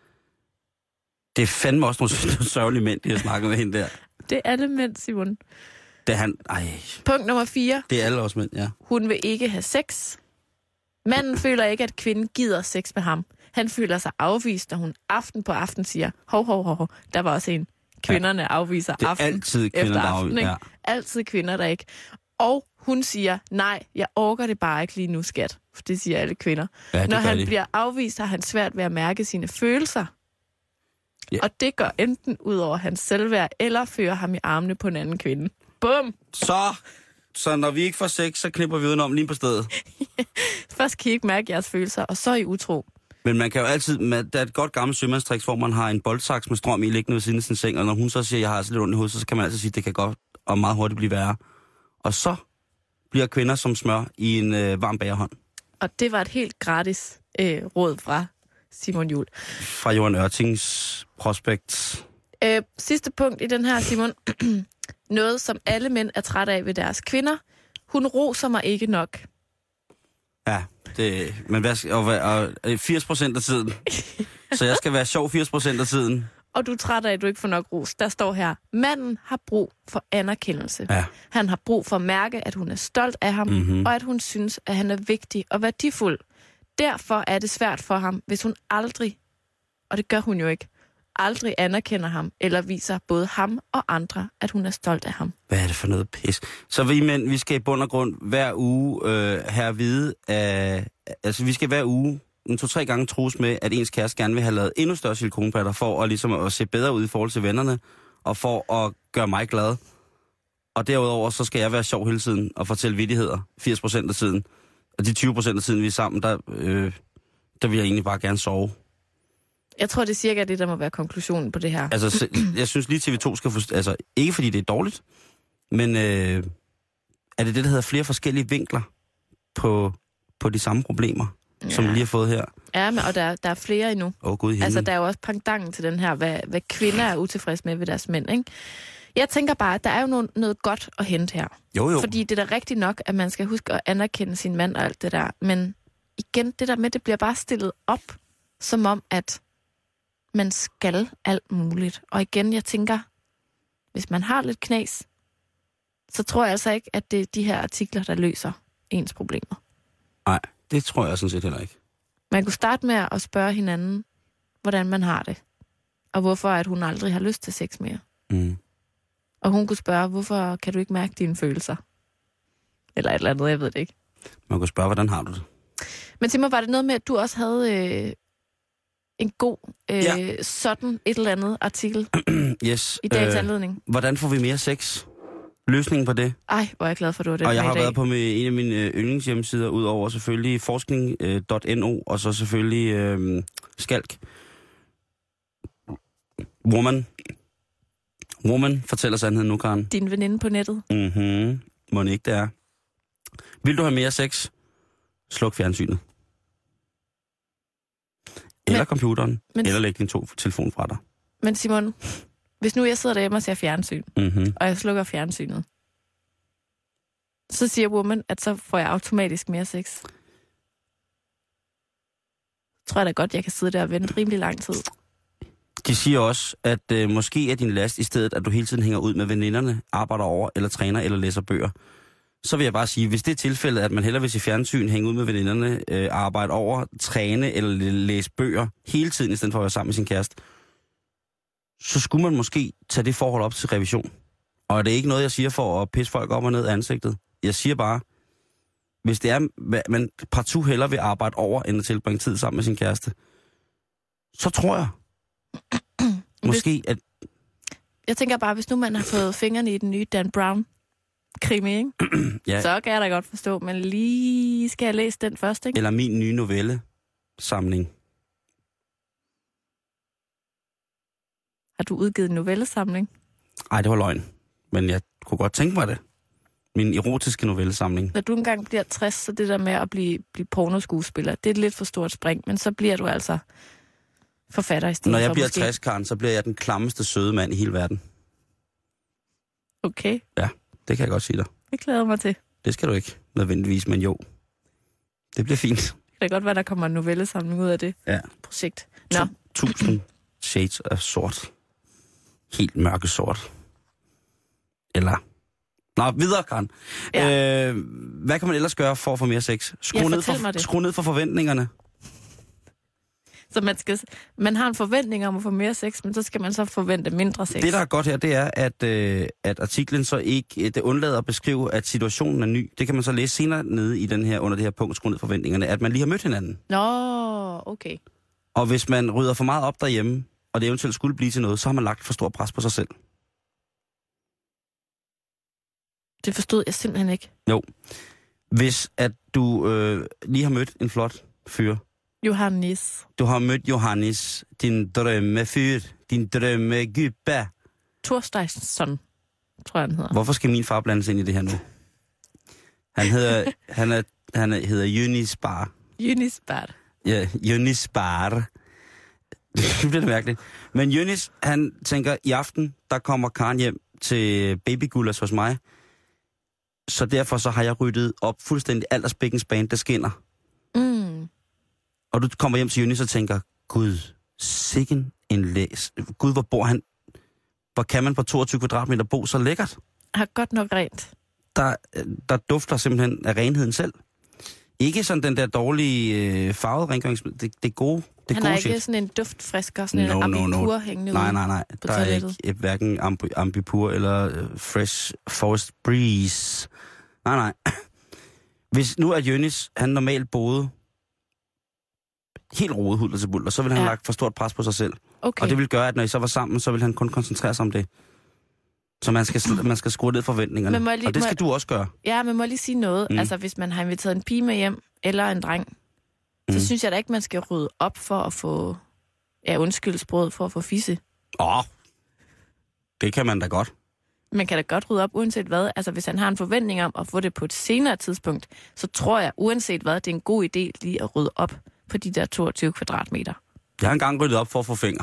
det er fandme også nogle sørgelige mænd, de har snakket med hende der. Det er alle mænd, Simon. Det er han... Ej, Punkt nummer fire. det er alle også mænd, ja. Hun vil ikke have sex. Manden føler ikke, at kvinden gider sex med ham. Han føler sig afvist, når hun aften på aften siger, hov, hov, hov, hov. Der var også en. Kvinderne ja. afviser Det er aften altid kvinder, efter der aften. afviser. Ikke? Ja. Altid kvinder, der ikke. Og hun siger, nej, jeg orker det bare ikke lige nu, skat. For det siger alle kvinder. Ja, det når gør han de. bliver afvist, har han svært ved at mærke sine følelser. Ja. Og det går enten ud over hans selvværd, eller fører ham i armene på en anden kvinde. Bum! Så, så når vi ikke får sex, så knipper vi udenom lige på stedet. Først kan I ikke mærke jeres følelser, og så er I utro. Men man kan jo altid, der er et godt gammelt sømandstriks, hvor man har en boldsaks med strøm i liggende ved siden af sin seng, og når hun så siger, jeg har altså lidt ondt i hovedet, så kan man altid sige, at det kan godt og meget hurtigt blive værre. Og så bliver kvinder som smør i en øh, varm bagerhånd. Og det var et helt gratis øh, råd fra Simon Juhl. Fra Johan Ørtings prospekt. Øh, sidste punkt i den her, Simon. Noget, som alle mænd er trætte af ved deres kvinder. Hun roser mig ikke nok. Ja, det, men hvad, og, og, og firs procent af tiden. Så jeg skal være sjov firs procent af tiden. Og du er træt af, at du ikke får nok ros. Der står her, manden har brug for anerkendelse. Ja. Han har brug for at mærke, at hun er stolt af ham, Mm-hmm. og at hun synes, at han er vigtig og værdifuld. Derfor er det svært for ham, hvis hun aldrig, og det gør hun jo ikke, aldrig anerkender ham, eller viser både ham og andre, at hun er stolt af ham. Hvad er det for noget pis? Så vi mænd, vi skal i bund og grund hver uge øh, have at vide, øh, altså vi skal hver uge en to-tre gange trues med, at ens kæreste gerne vil have lavet endnu større silikonpatter for at, ligesom, at se bedre ud i forhold til vennerne, og for at gøre mig glad. Og derudover, så skal jeg være sjov hele tiden og fortælle vittigheder firs procent af tiden. Og de tyve procent af tiden, vi er sammen, der, øh, der vil jeg egentlig bare gerne sove. Jeg tror, det er cirka det, der må være konklusionen på det her. Altså, jeg synes lige T V to skal få... Altså, ikke fordi det er dårligt, men øh, er det det, der hedder flere forskellige vinkler på, på de samme problemer, ja. som vi lige har fået her? Ja, men, og der, der er flere endnu. Åh, oh, Gud i himlen. Altså, der er jo også pangdangen til den her, hvad, hvad kvinder er utilfredse med ved deres mænd, ikke? Jeg tænker bare, at der er jo noget, noget godt at hente her. Jo, jo. Fordi det er da rigtigt nok, at man skal huske at anerkende sin mand og alt det der. Men igen, det der med, det bliver bare stillet op, som om, at man skal alt muligt. Og igen, jeg tænker, hvis man har lidt knas, så tror jeg altså ikke, at det er de her artikler, der løser ens problemer. Nej, det tror jeg sådan set heller ikke. Man kunne starte med at spørge hinanden, hvordan man har det. Og hvorfor at hun aldrig har lyst til sex mere. Mm. Og hun kunne spørge, hvorfor kan du ikke mærke dine følelser? Eller et eller andet, jeg ved det ikke. Man kunne spørge, hvordan har du det? Men Simon, var det noget med, at du også havde øh, en god øh, Ja. sådan et eller andet artikel Yes. i dagens øh, anledning? Hvordan får vi mere sex? Løsningen på det. Ej, hvor er jeg glad for, at du var den Og jeg her har i dag. været på med en af mine øh, yndlingshjemmesider, udover selvfølgelig forskning punktum no, og så selvfølgelig øh, Skalk. Woman. Woman fortæller sandheden nu, Karen. Din veninde på nettet. Mhm. Må ikke det er. Vil du have mere sex? Sluk fjernsynet. Eller Men- computeren. men- Eller læg din to telefon fra dig. Men Simon, hvis nu jeg sidder derhjemme og ser fjernsyn, Mhm. og jeg slukker fjernsynet, så siger woman, at så får jeg automatisk mere sex. Tror jeg da godt, jeg kan sidde der og vente rimelig lang tid. De siger også, at øh, måske er din last i stedet, at du hele tiden hænger ud med veninderne, arbejder over, eller træner, eller læser bøger. Så vil jeg bare sige, hvis det er tilfældet, at man hellere vil se fjernsyn, hænge ud med veninderne, øh, arbejde over, træne eller læse bøger hele tiden, i stedet for at være sammen med sin kæreste, så skulle man måske tage det forhold op til revision. Og det er ikke noget, jeg siger for at pisse folk op og ned af ansigtet. Jeg siger bare, hvis det er, man partout hellere vil arbejde over, end at tilbringe tid sammen med sin kæreste, så tror jeg måske, at Jeg tænker bare, hvis nu man har fået fingrene i den nye Dan Brown-krimi, ikke? Ja. Så kan jeg da godt forstå, men lige skal jeg læse den først, ikke? Eller min nye novellesamling. Har du udgivet en novellesamling? Ej, det var løgn. Men jeg kunne godt tænke mig det. Min erotiske novellesamling. Når du engang bliver tres, så det der med at blive, blive pornoskuespiller, det er et lidt for stort spring, men så bliver du altså forfatter i stedet Når jeg for bliver måske. tres, Karen, så bliver jeg den klammeste søde mand i hele verden. Okay, Ja, det kan jeg godt sige dig. det glæder mig til. Det skal du ikke nødvendigvis, men jo. Det bliver fint. Det kan godt være, der kommer en novellesamling ud af det Ja. projekt. Nå, Tusind shades af sort. Helt mørke sort. Eller... Nå, videre, Karen. Ja. Øh, hvad kan man ellers gøre for at få mere sex? Skru, Ja, ned, fortæl mig for, det. skru ned for forventningerne. så man, skal, man har en forventning om at få mere sex, men så skal man så forvente mindre sex. Det, der er godt her, det er, at, øh, at artiklen så ikke det undlader at beskrive, at situationen er ny. Det kan man så læse senere nede i den her, under det her punkt, skru ned forventningerne, at man lige har mødt hinanden. Nå, okay. Og hvis man rydder for meget op derhjemme, og det eventuelt skulle blive til noget, så har man lagt for stor pres på sig selv. Det forstod jeg simpelthen ikke. Jo. Hvis at du øh, lige har mødt en flot fyr. Johannes. Du har mødt Johannes, din drømmefyr, din drømmegubbe. Thorsteinsson, tror jeg, han hedder. Hvorfor skal min far blandes ind i det her nu? Han hedder, han er, han er, hedder Jonis Bar. Jonis Bad. Ja, Jonis Bar. Det bliver det mærkeligt. Men Jonis, han tænker, i aften, der kommer Karen hjem til babygullas hos mig. Så derfor så har jeg ryddet op fuldstændig aldersbækkens bane, der skinner. Mm. Og du kommer hjem til Jonis og tænker, Gud, sikken en læs. Gud, hvor bor han? Hvor kan man på toogtyve kvadratmeter bo så lækkert? Har godt nok rent. Der, der dufter simpelthen af renheden selv. Ikke sådan den der dårlige øh, farvede rengøringsmiddel. Det, det er gode. Det er Han gode har ikke shit. sådan en duftfrisker, sådan No, en no, no. ambipur hængende Nej, ude nej, nej. på Der er toilettet. ikke et, hverken ambi, ambipur eller uh, fresh forest breeze. Nej, nej. Hvis nu at Jonis, han normalt boede helt rodet hulter til bulter, så ville han Ja. have lagt for stort pres på sig selv. Okay. Og det ville gøre, at når I så var sammen, så ville han kun koncentrere sig om det. Så man skal, man skal skrue ned forventningerne. Men må jeg lige- og det må skal jeg- du også gøre. Ja, men må jeg lige sige noget. Mm. Mm. Altså, hvis man har inviteret en pige med hjem, eller en dreng, så Mm. synes jeg da ikke, man skal rydde op for at få, ja, undskyld sproget, for at få fisse. Åh, det kan man da godt. Man kan da godt rydde op, uanset hvad. Altså, hvis han har en forventning om at få det på et senere tidspunkt, så tror jeg, uanset hvad, det er en god idé lige at rydde op på de der toogtyve kvadratmeter. Jeg har engang ryddet op for at få fingre.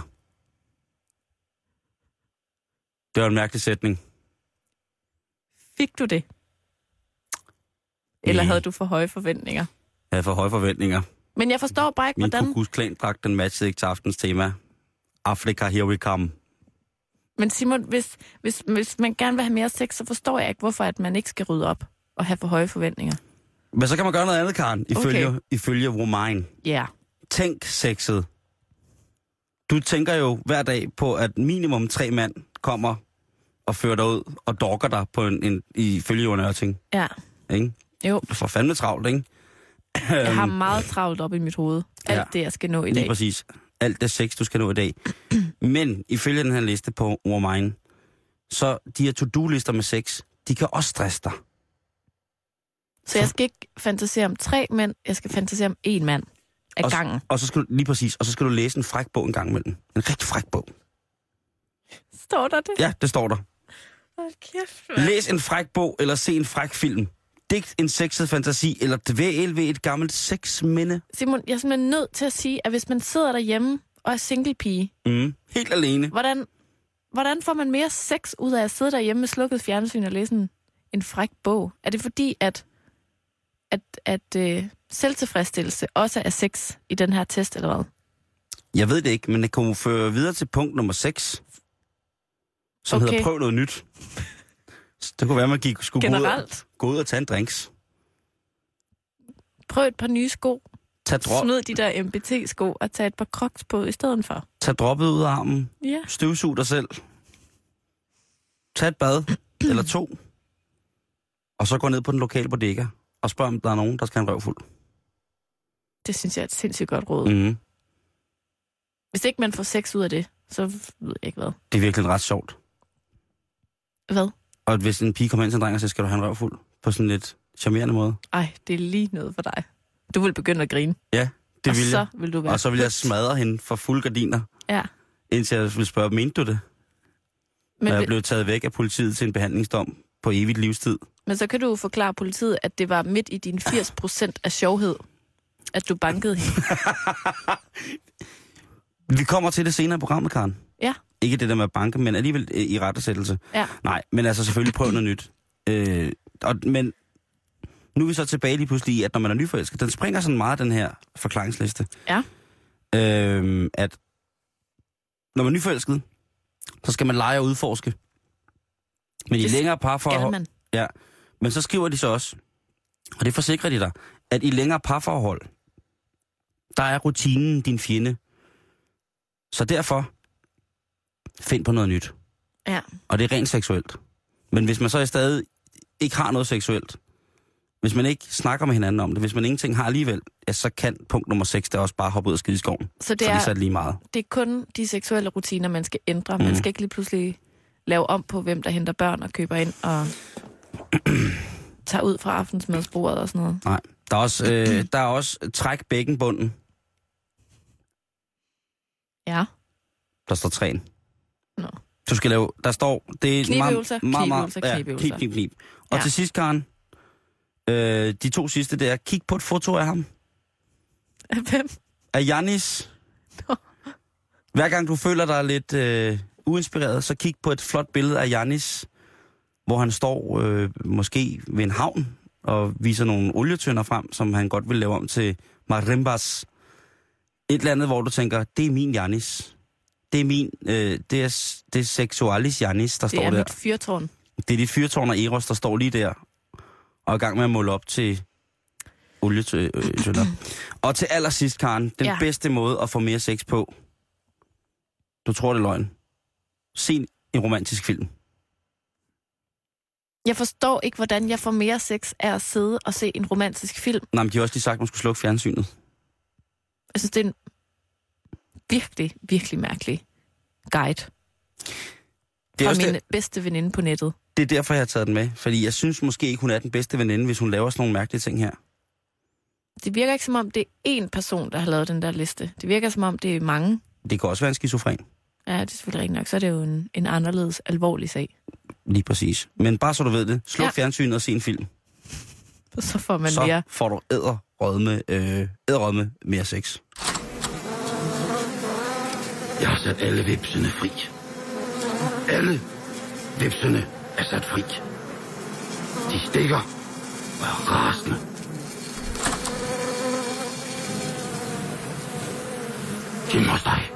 Det var en mærkelig sætning. Fik du det? Eller Nej. havde du for høje forventninger? Jeg havde for høje forventninger. Men jeg forstår bare ikke, Min hvordan... kukusklandragt, den matchede ikke til aftens tema. Afrika, here we come. Men Simon, hvis, hvis, hvis man gerne vil have mere sex, så forstår jeg ikke, hvorfor at man ikke skal rydde op og have for høje forventninger. Men så kan man gøre noget andet, Karen, ifølge, Okay. ifølge Romain. Ja. Yeah. Tænk sexet. Du tænker jo hver dag på, at minimum tre mand kommer og fører dig ud og dorker dig på en, en, ifølge Johan Ørting. Ja. Ikke? Jo. Du får fandme travlt, ikke? Jeg har meget travlt op i mit hoved. Alt Ja. det, jeg skal nå i Lige dag. præcis. Alt det sex, du skal nå i dag. Men ifølge den her liste på Romain, så de her to-do-lister med sex, de kan også stresse dig. Så jeg skal ikke fantasere om tre mænd, jeg skal fantasere om én mand af Og, gangen. og så skal du, lige præcis, og så skal du læse en fræk bog en gang imellem. En rigtig fræk bog. Står der det? Ja, det står der. Hold kæft, mand. Læs en fræk bog, eller se en fræk film. Digt en sexet fantasi, eller dvæl ved et gammelt sexminde. Simon, jeg er simpelthen nødt til at sige, at hvis man sidder derhjemme og er single pige, Mm, helt alene. hvordan, hvordan får man mere sex ud af at sidde derhjemme med slukket fjernsyn og læse en, en fræk bog? Er det fordi, at, at, at øh, selvtilfredsstillelse også er sex i den her test, eller hvad? Jeg ved det ikke, men det kunne føre videre til punkt nummer seks, som Okay. hedder prøv noget nyt. Det kunne være, at man gik, skulle gå ud, og, Generelt. gå ud og tage en drinks. Prøv et par nye sko. Tag, drop, Smid de der M B T-sko og tag et par crocs på i stedet for. tag droppet ud af armen. Ja. Støvsug dig selv. Tag et bad, eller to. Og så gå ned på den lokale bodega og spørg, om der er nogen, der skal have en røv fuld. Det synes jeg er et sindssygt godt råd. Mm. Hvis ikke man får sex ud af det, så ved jeg ikke hvad. Det er virkelig ret sjovt. Hvad? Og hvis en pige kommer ind til en dreng og siger, skal du have en røvfuld? På sådan lidt charmerende måde. Ej, det er lige noget for dig. Du vil begynde at grine. Ja, det og vil så jeg. Vil du være og så vil jeg smadre hende for fulde gardiner. Ja. Indtil jeg vil spørge, mente du det? Men jeg er blevet taget væk af politiet til en behandlingsdom på evigt livstid. Men så kan du forklare politiet, at det var midt i din firs procent af sjovhed, at du bankede hende. Vi kommer til det senere i programmet, Karen. Ja. Ikke det der med at banke, men alligevel i rettesættelse. Ja. Nej, men altså selvfølgelig prøv noget nyt. Øh, og, men nu er vi så tilbage lige pludselig i, at når man er nyforelsket, den springer sådan meget, den her forklaringsliste. Ja. Øh, at når man er nyforelsket, så skal man lege og udforske. Men i længere parforhold... man. Ja, men så skriver de så også, og det forsikrer de dig, at i længere parforhold, der er rutinen din fjende. Så derfor, find på noget nyt. Ja. Og det er rent seksuelt. Men hvis man så i stadig ikke har noget seksuelt, hvis man ikke snakker med hinanden om det, hvis man ingenting har alligevel, ja, så kan punkt nummer seks, der også bare hoppe ud af skideskoven. Så det er, er, det lige meget. Det er kun de seksuelle rutiner, man skal ændre. Man mm. skal ikke lige pludselig lave om på, hvem der henter børn og køber ind og tager ud fra aftensmadsbordet og sådan noget. Nej, der er også, øh, der er også træk bækkenbunden. Ja. Der står træn. Nå. Du skal lave, der står... Det er knibøvelser, meget, knibøvelser, ja, knibøvelser. knib, knib, knib. Og ja. til sidst, Karen, øh, de to sidste, det er, kig på et foto af ham. Af hvem? Af Giannis. Nå. Hver gang du føler dig lidt øh, uinspireret, så kig på et flot billede af Giannis, hvor han står øh, måske ved en havn og viser nogle olietønder frem, som han godt vil lave om til marimbas. Et eller andet, hvor du tænker, det er min Giannis. Det er min, øh, det er, det er sexualis Giannis, der det står der. Det er mit fyrtårn. Det er dit fyrtårn og Eros, der står lige der, og er i gang med at måle op til olietønder. Øh, og til allersidst, Karen, den ja. bedste måde at få mere sex på, du tror det er løgn, se en romantisk film. Jeg forstår ikke, hvordan jeg får mere sex af at sidde og se en romantisk film. Nej, men de har også lige sagt, at man skulle slukke fjernsynet. Jeg synes, det er en virkelig, virkelig mærkelig guide. Det er fra min det, bedste veninde på nettet. Det er derfor, jeg har taget den med. Fordi jeg synes måske ikke, hun er den bedste veninde, hvis hun laver sådan nogle mærkelige ting her. Det virker ikke som om, det er én person, der har lavet den der liste. Det virker som om, det er mange. Det kan også være en skizofren. Ja, det er selvfølgelig rigtigt nok. Så er det jo en, en anderledes alvorlig sag. Lige præcis. Men bare så du ved det. Sluk ja. fjernsynet og se en film. Så får man så mere. Så får du æderrødme, øh, æderrødme mere sex. Jeg har sat alle vipsene fri. Alle vipsene er sat fri. De stikker og er rasende. Hjemme hos dig.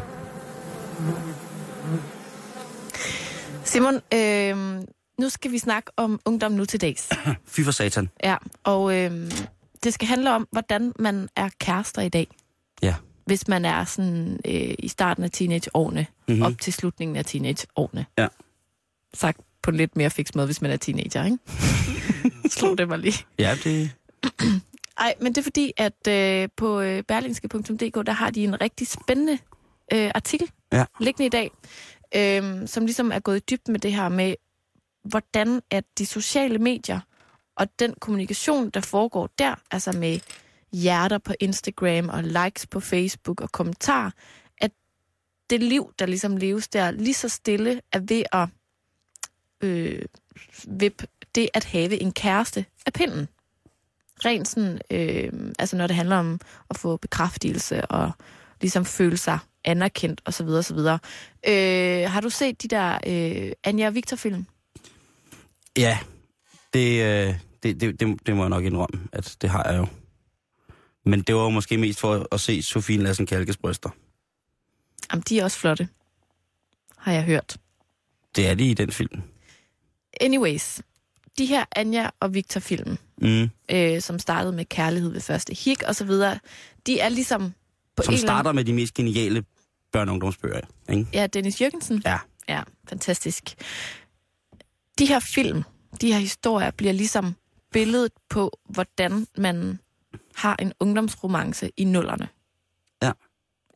Simon, øh, nu skal vi snakke om ungdom nu til dags. Fy for satan. Ja, og øh, det skal handle om, hvordan man er kærester i dag. Ja. Hvis man er sådan øh, i starten af teenageårene, mm-hmm. op til slutningen af teenageårene. Ja. Sagt på en lidt mere fiks måde, hvis man er teenager, ikke? Slå det mig lige. Ja, det... Ej, men det er fordi, at øh, på øh, berlingske punktum d k, der har de en rigtig spændende øh, artikel ja. liggende i dag, øh, som ligesom er gået i dybden med det her med, hvordan at de sociale medier og den kommunikation, der foregår der, altså med hjerter på Instagram og likes på Facebook og kommentarer, at det liv, der ligesom leves der, lige så stille er ved at øh, vippe det at have en kæreste af pinden. Rent sådan, øh, altså når det handler om at få bekræftelse og ligesom føle sig anerkendt osv. osv. Øh, har du set de der øh, Anja og Victor-film? Ja, det, øh, det, det, det, det må jeg nok indrømme, at det har jeg jo. Men det var måske mest for at se Sofie Lassen Kalkes bryster. Jamen, de er også flotte, har jeg hørt. Det er de i den film. Anyways, de her Anja og Victor-film, mm. øh, som startede med kærlighed ved første hik og så videre, de er ligesom på som en starter med de mest geniale børne- og ungdomsbøger, ikke? Ja, Dennis Jürgensen. Ja. Ja, fantastisk. De her film, de her historier, bliver ligesom billedet på, hvordan man har en ungdomsromance i nullerne. Ja.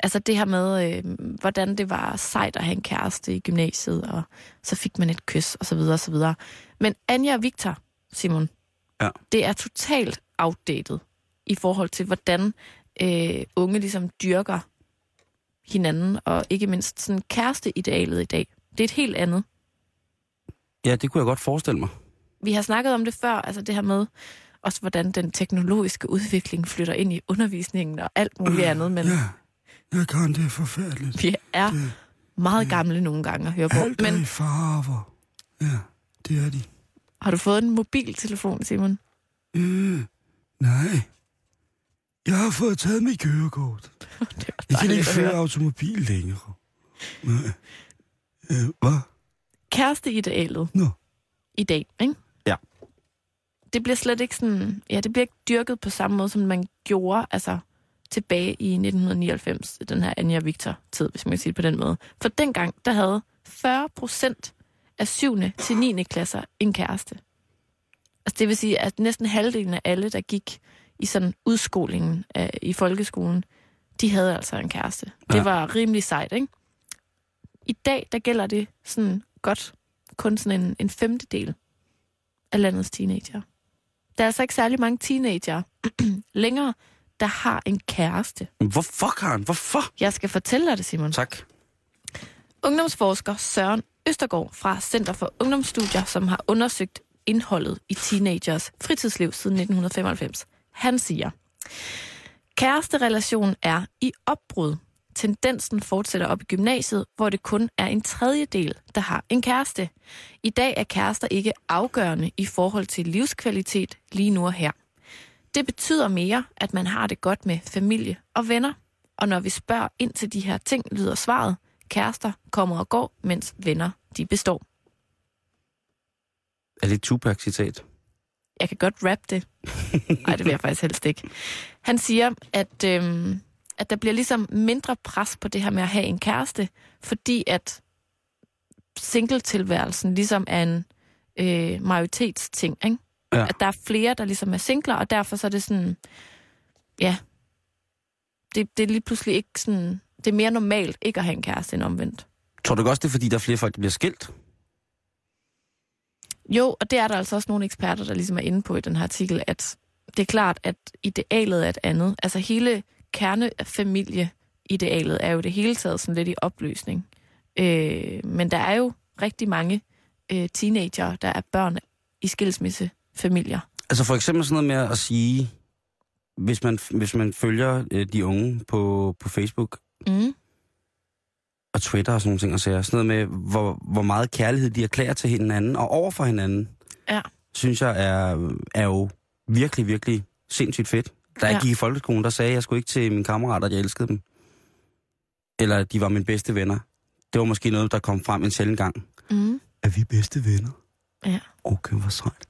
Altså det her med, øh, hvordan det var sejt at have en kæreste i gymnasiet, og så fik man et kys, og så videre, og så videre. Men Anja og Victor, Simon, ja. det er totalt outdated i forhold til, hvordan øh, unge ligesom dyrker hinanden, og ikke mindst sådan kæresteidealet i dag. Det er et helt andet. Ja, det kunne jeg godt forestille mig. Vi har snakket om det før, altså det her med, også hvordan den teknologiske udvikling flytter ind i undervisningen og alt muligt andet, men... Ja. Jeg kan, det er forfærdeligt. Vi er det, meget gamle nogle gange at høre på. Alt er men... i farver. Ja, det er de. Har du fået en mobiltelefon, Simon? Øh, nej. Jeg har fået taget mit kørekort. Jeg kan ikke føre automobil længere. Nej. Øh, hvad? Kæresteidealet. Nå. I dag, ikke? Ja. Det bliver slet ikke sådan... Ja, det bliver ikke dyrket på samme måde, som man gjorde, altså... tilbage i nitten nioghalvfems, den her Anja Victor-tid, hvis man kan sige det på den måde. For dengang, der havde fyrre procent af syvende til niende klasser en kæreste. Altså det vil sige, at næsten halvdelen af alle, der gik i sådan udskolingen af, i folkeskolen, de havde altså en kæreste. Ja. Det var rimelig sejt, ikke? I dag, der gælder det sådan godt kun sådan en, en femtedel af landets teenager. Der er altså ikke særlig mange teenager længere, der har en kæreste. Hvorfor, Karen? Hvorfor? Jeg skal fortælle dig det, Simon. Tak. Ungdomsforsker Søren Østergaard fra Center for Ungdomsstudier, som har undersøgt indholdet i teenagers fritidsliv siden nitten femoghalvfems. Han siger, kæresterelationen er i opbrud. Tendensen fortsætter op i gymnasiet, hvor det kun er en tredjedel, der har en kæreste. I dag er kærester ikke afgørende i forhold til livskvalitet lige nu og her. Det betyder mere, at man har det godt med familie og venner. Og når vi spørger ind til de her ting, lyder svaret, kærester kommer og går, mens venner de består. Er det et Tupac-citat? Jeg kan godt rappe det. Nej, det vil jeg faktisk helst ikke. Han siger, at, øhm, at der bliver ligesom mindre pres på det her med at have en kæreste, fordi at singletilværelsen ligesom er en øh, majoritetsting, ikke? Ja. At der er flere, der ligesom er singler, og derfor så er det sådan, ja, det, det er lige pludselig ikke sådan, det er mere normalt ikke at have en kæreste end omvendt. Tror du også, det er fordi, der er flere folk, der bliver skilt? Jo, og det er der altså også nogle eksperter, der ligesom er inde på i den her artikel, at det er klart, at idealet er et andet. Altså hele kernefamilieidealet er jo det hele taget sådan lidt i opløsning. Øh, men der er jo rigtig mange øh, teenager, der er børn i skilsmissefamilier. Altså for eksempel sådan noget med at sige, hvis man, hvis man følger øh, de unge på, på Facebook mm. og Twitter og sådan nogle ting, og siger sådan noget med, hvor, hvor meget kærlighed de erklærer til hinanden og over for hinanden, ja. Synes jeg er, er jo virkelig, virkelig sindssygt fedt. Da jeg ja. gik i folkeskolen, der sagde jeg sgu ikke til mine kammerater, at jeg elskede dem. Eller at de var mine bedste venner. Det var måske noget, der kom frem en sjælden gang. Mm. Er vi bedste venner? Ja. Okay, hvor sejt.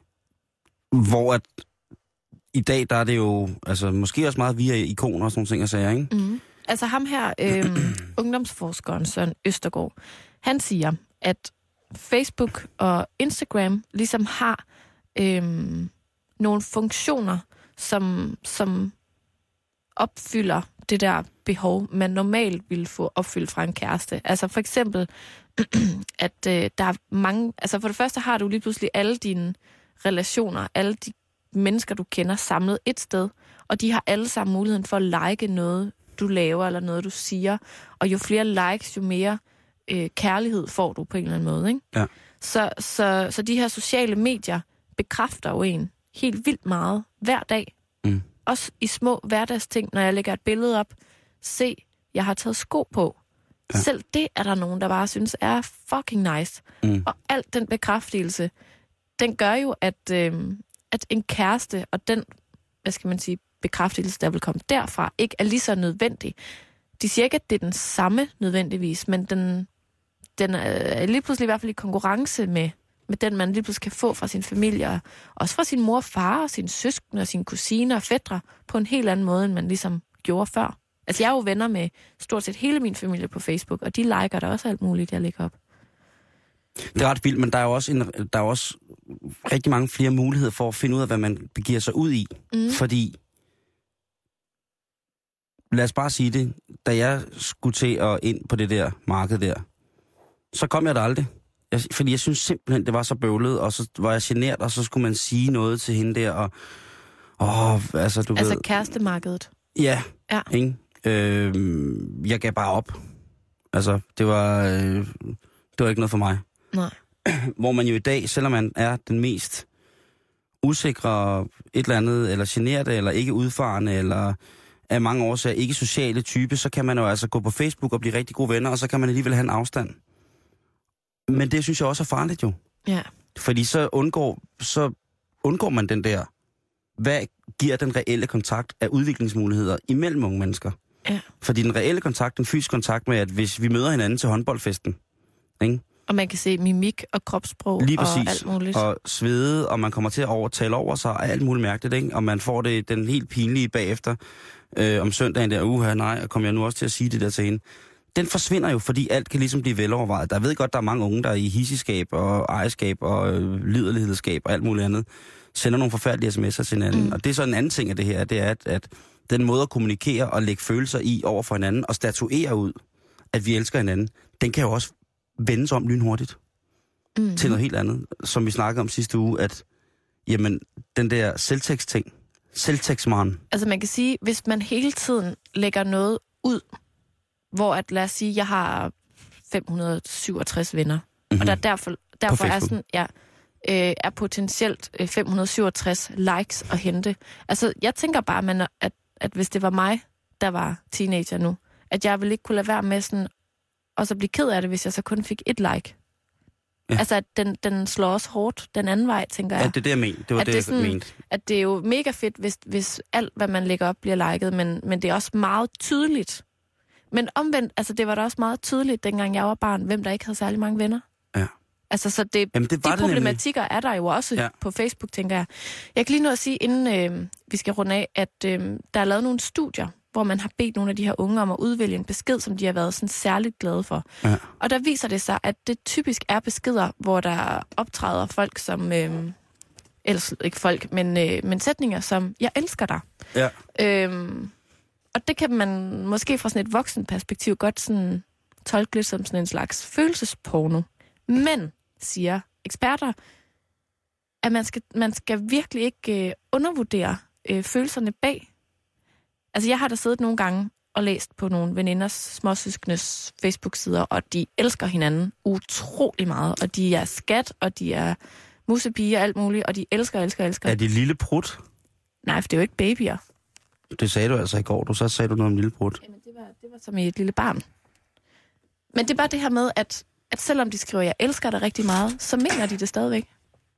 Hvor at i dag, der er det jo, altså måske også meget via ikoner og sådan nogle ting, jeg siger, ikke? Mm. Altså ham her, øh, ungdomsforskeren Søren Østergaard, han siger, at Facebook og Instagram ligesom har øh, nogle funktioner, som, som opfylder det der behov, man normalt ville få opfyldt fra en kæreste. Altså for eksempel, at øh, der er mange... Altså for det første har du lige pludselig alle dine relationer, alle de mennesker, du kender, samlet et sted, og de har alle sammen muligheden for at like noget, du laver, eller noget, du siger. Og jo flere likes, jo mere øh, kærlighed får du på en eller anden måde, ikke? Ja. Så, så, så de her sociale medier bekræfter jo en helt vildt meget hver dag. Mm. Også i små hverdagsting, når jeg lægger et billede op. Se, jeg har taget sko på. Ja. Selv det er der nogen, der bare synes er fucking nice. Mm. Og alt den bekræftelse, den gør jo, at, øh, at en kæreste og den, hvad skal man sige, bekræftelse, der vil komme derfra, ikke er lige så nødvendig. De siger ikke, at det er den samme nødvendigvis, men den, den er lige pludselig i hvert fald i konkurrence med, med den, man lige pludselig kan få fra sin familie, og også fra sin mor og far, og sine søskende, og sine kusiner og fætre, på en helt anden måde, end man ligesom gjorde før. Altså, jeg er jo venner med stort set hele min familie på Facebook, og de liker der også alt muligt, jeg lægger op. Det er ret vildt, men der er jo også, en, der er også rigtig mange flere muligheder for at finde ud af, hvad man begiver sig ud i. Mm. Fordi lad os bare sige det, da jeg skulle til at ind på det der marked der, så kom jeg der aldrig. Jeg, fordi jeg synes simpelthen, det var så bøvlet, og så var jeg genert, og så skulle man sige noget til hende der, og... Åh, altså, du altså ved... kærestemarkedet? Ja, ja. Ikke? Øh, jeg gav bare op. Altså, det var, øh, det var ikke noget for mig. Nej. Hvor man jo i dag, selvom man er den mest usikre, et eller andet, eller generte, eller ikke udfarende, eller af mange årsager ikke sociale type, så kan man jo altså gå på Facebook og blive rigtig gode venner, og så kan man alligevel have en afstand. Men det synes jeg også er farligt jo. Ja. Fordi så undgår, så undgår man den der, hvad giver den reelle kontakt af udviklingsmuligheder imellem unge mennesker? Ja. Fordi den reelle kontakt, den fysiske kontakt med, at hvis vi møder hinanden til håndboldfesten, ikke? Og man kan se mimik og kropssprog Lige præcis. og alt muligt. Og svede, og man kommer til at overtale over sig, og alt muligt mærkeligt, ikke? Og man får det den helt pinlige bagefter øh, om søndagen der, uha, nej, og kommer jeg nu også til at sige det der til hende. Den forsvinder jo, fordi alt kan ligesom blive velovervejet. Der ved godt, der er mange unge, der er i hissigskab og ejerskab og øh, liderlighedsskab og alt muligt andet, sender nogle forfærdelige sms'er til hinanden. Mm. Og det er så en anden ting af det her, det er, at, at den måde at kommunikere og lægge følelser i over for hinanden, og statuere ud, at vi elsker hinanden, den kan jo også vendes om lynhurtigt mm. til noget helt andet. Som vi snakkede om sidste uge, at jamen, den der selvtekst-ting, selvtekstmaren. Altså man kan sige, hvis man hele tiden lægger noget ud, hvor at, lad os sige, jeg har fem hundrede syvogtres venner, mm-hmm. og der derfor, derfor er sådan, ja, øh, er potentielt fem hundrede syvogtres likes at hente. Altså, jeg tænker bare, man, at, at hvis det var mig, der var teenager nu, at jeg ville ikke kunne lade være med sådan, og så blive ked af det, hvis jeg så kun fik et like. Ja. Altså, at den, den slår også hårdt den anden vej, tænker jeg. Ja, det er det, jeg mente. Det var at det, det jeg sådan, mente. At det er jo mega fedt, hvis, hvis alt, hvad man lægger op, bliver liket, men, men det er også meget tydeligt. Men omvendt, altså det var da også meget tydeligt, dengang jeg var barn, hvem der ikke havde særlig mange venner. Ja. Altså, så det, Jamen, det de det problematikker nemlig. Er der jo også ja. på Facebook, tænker jeg. Jeg kan lige nå at sige, inden øh, vi skal runde af, at øh, der er lavet nogle studier, hvor man har bedt nogle af de her unge om at udvælge en besked, som de har været sådan særligt glade for. Ja. Og der viser det sig, at det typisk er beskeder, hvor der optræder folk som... Øh, ellers ikke folk, men, øh, men sætninger som, jeg elsker dig. Ja. Øhm, og det kan man måske fra sådan et voksenperspektiv godt sådan tolke lidt som sådan en slags følelsesporno. Men, siger eksperter, at man skal, man skal virkelig ikke øh, undervurdere øh, følelserne bag. Altså, jeg har da siddet nogle gange og læst på nogle veninders småsøskendes Facebook-sider, og de elsker hinanden utrolig meget, og de er skat, og de er musepiger og alt muligt, og de elsker, elsker, elsker. Er de lille prut? Nej, for det er jo ikke babyer. Det sagde du altså i går. Du så sagde du noget om lille prut. Jamen, det var, det var som i et lille barn. Men det er bare det her med, at, at selvom de skriver, jeg elsker dig rigtig meget, så mener de det stadigvæk.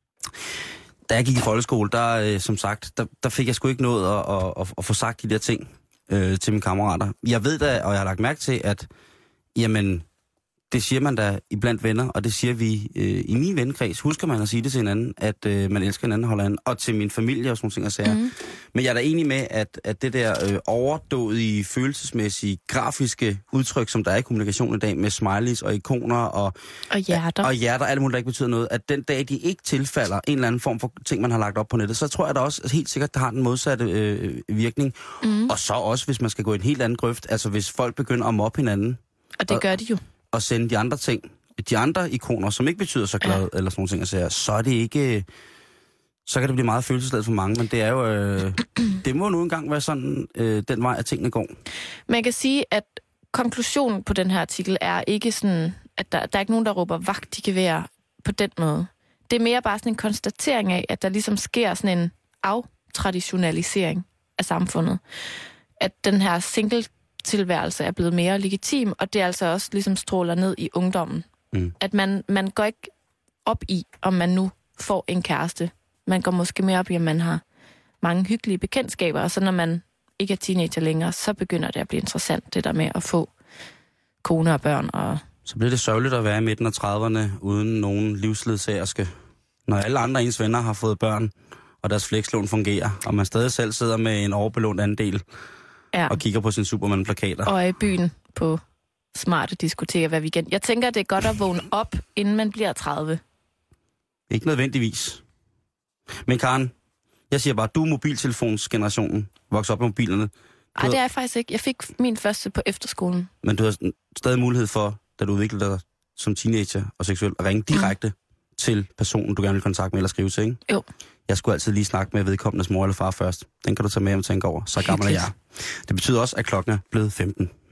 Da jeg gik i folkeskole, der, øh, som sagt, der, der fik jeg sgu ikke noget at, at, at, at få sagt de der ting øh, til mine kammerater. Jeg ved da, og jeg har lagt mærke til, at jamen, det siger man da iblandt venner, og det siger vi øh, i min vennekreds. Husker man at sige det til hinanden, at øh, man elsker hinanden og holder hinanden, og til min familie og sådan nogle ting og sager. Mm. Men jeg er da enig med, at, at det der øh, overdådige, følelsesmæssige, grafiske udtryk, som der er i kommunikation i dag, med smileys og ikoner og, og hjerter, og hjerter, alt muligt, der ikke betyder noget, at den dag, de ikke tilfalder en eller anden form for ting, man har lagt op på nettet, så tror jeg da også helt sikkert, der har den modsatte øh, virkning. Mm. Og så også, hvis man skal gå i en helt anden grøft, altså hvis folk begynder at mobbe hinanden. Og det og, gør de jo. Og sende de andre ting, de andre ikoner, som ikke betyder så glad, ja. Eller sådan nogle ting, så, så er det ikke, så kan det blive meget følelsesladet for mange, men det er jo, øh, det må nu engang være sådan, øh, den vej, at tingene går. Man kan sige, at konklusionen på den her artikel er ikke sådan, at der, der er ikke nogen, der råber vagt, de kan være på den måde. Det er mere bare sådan en konstatering af, at der ligesom sker sådan en aftraditionalisering af samfundet. At den her single tilværelse er blevet mere legitim, og det er altså også ligesom stråler ned i ungdommen. Mm. At man, man går ikke op i, om man nu får en kæreste. Man går måske mere op i, om man har mange hyggelige bekendtskaber, og så når man ikke er teenager længere, så begynder det at blive interessant, det der med at få kone og børn. Og så bliver det sørgeligt at være i midten af trediverne, uden nogen livsledsagerske. Når alle andre ens venner har fået børn, og deres flekslån fungerer, og man stadig selv sidder med en overbelånt andel, ja. Og kigger på sine Superman-plakater. Og er i byen på smarte diskoteker hver weekend. Jeg tænker, det er godt at vågne op, inden man bliver tredive. Ikke nødvendigvis. Men Karen, jeg siger bare, du er mobiltelefonsgenerationen, vokser op med mobilerne. Nej, det er jeg faktisk ikke. Jeg fik min første på efterskolen. Men du har stadig mulighed for, da du udviklede dig som teenager og seksuel, at ringe direkte mm. til personen, du gerne vil kontakte med eller skrive til, ikke? Jo. Jeg skulle altid lige snakke med vedkommendes mor eller far først. Den kan du tage med hjem og tænke over. Så gammel er jeg. Det betyder også, at klokken er blevet femten.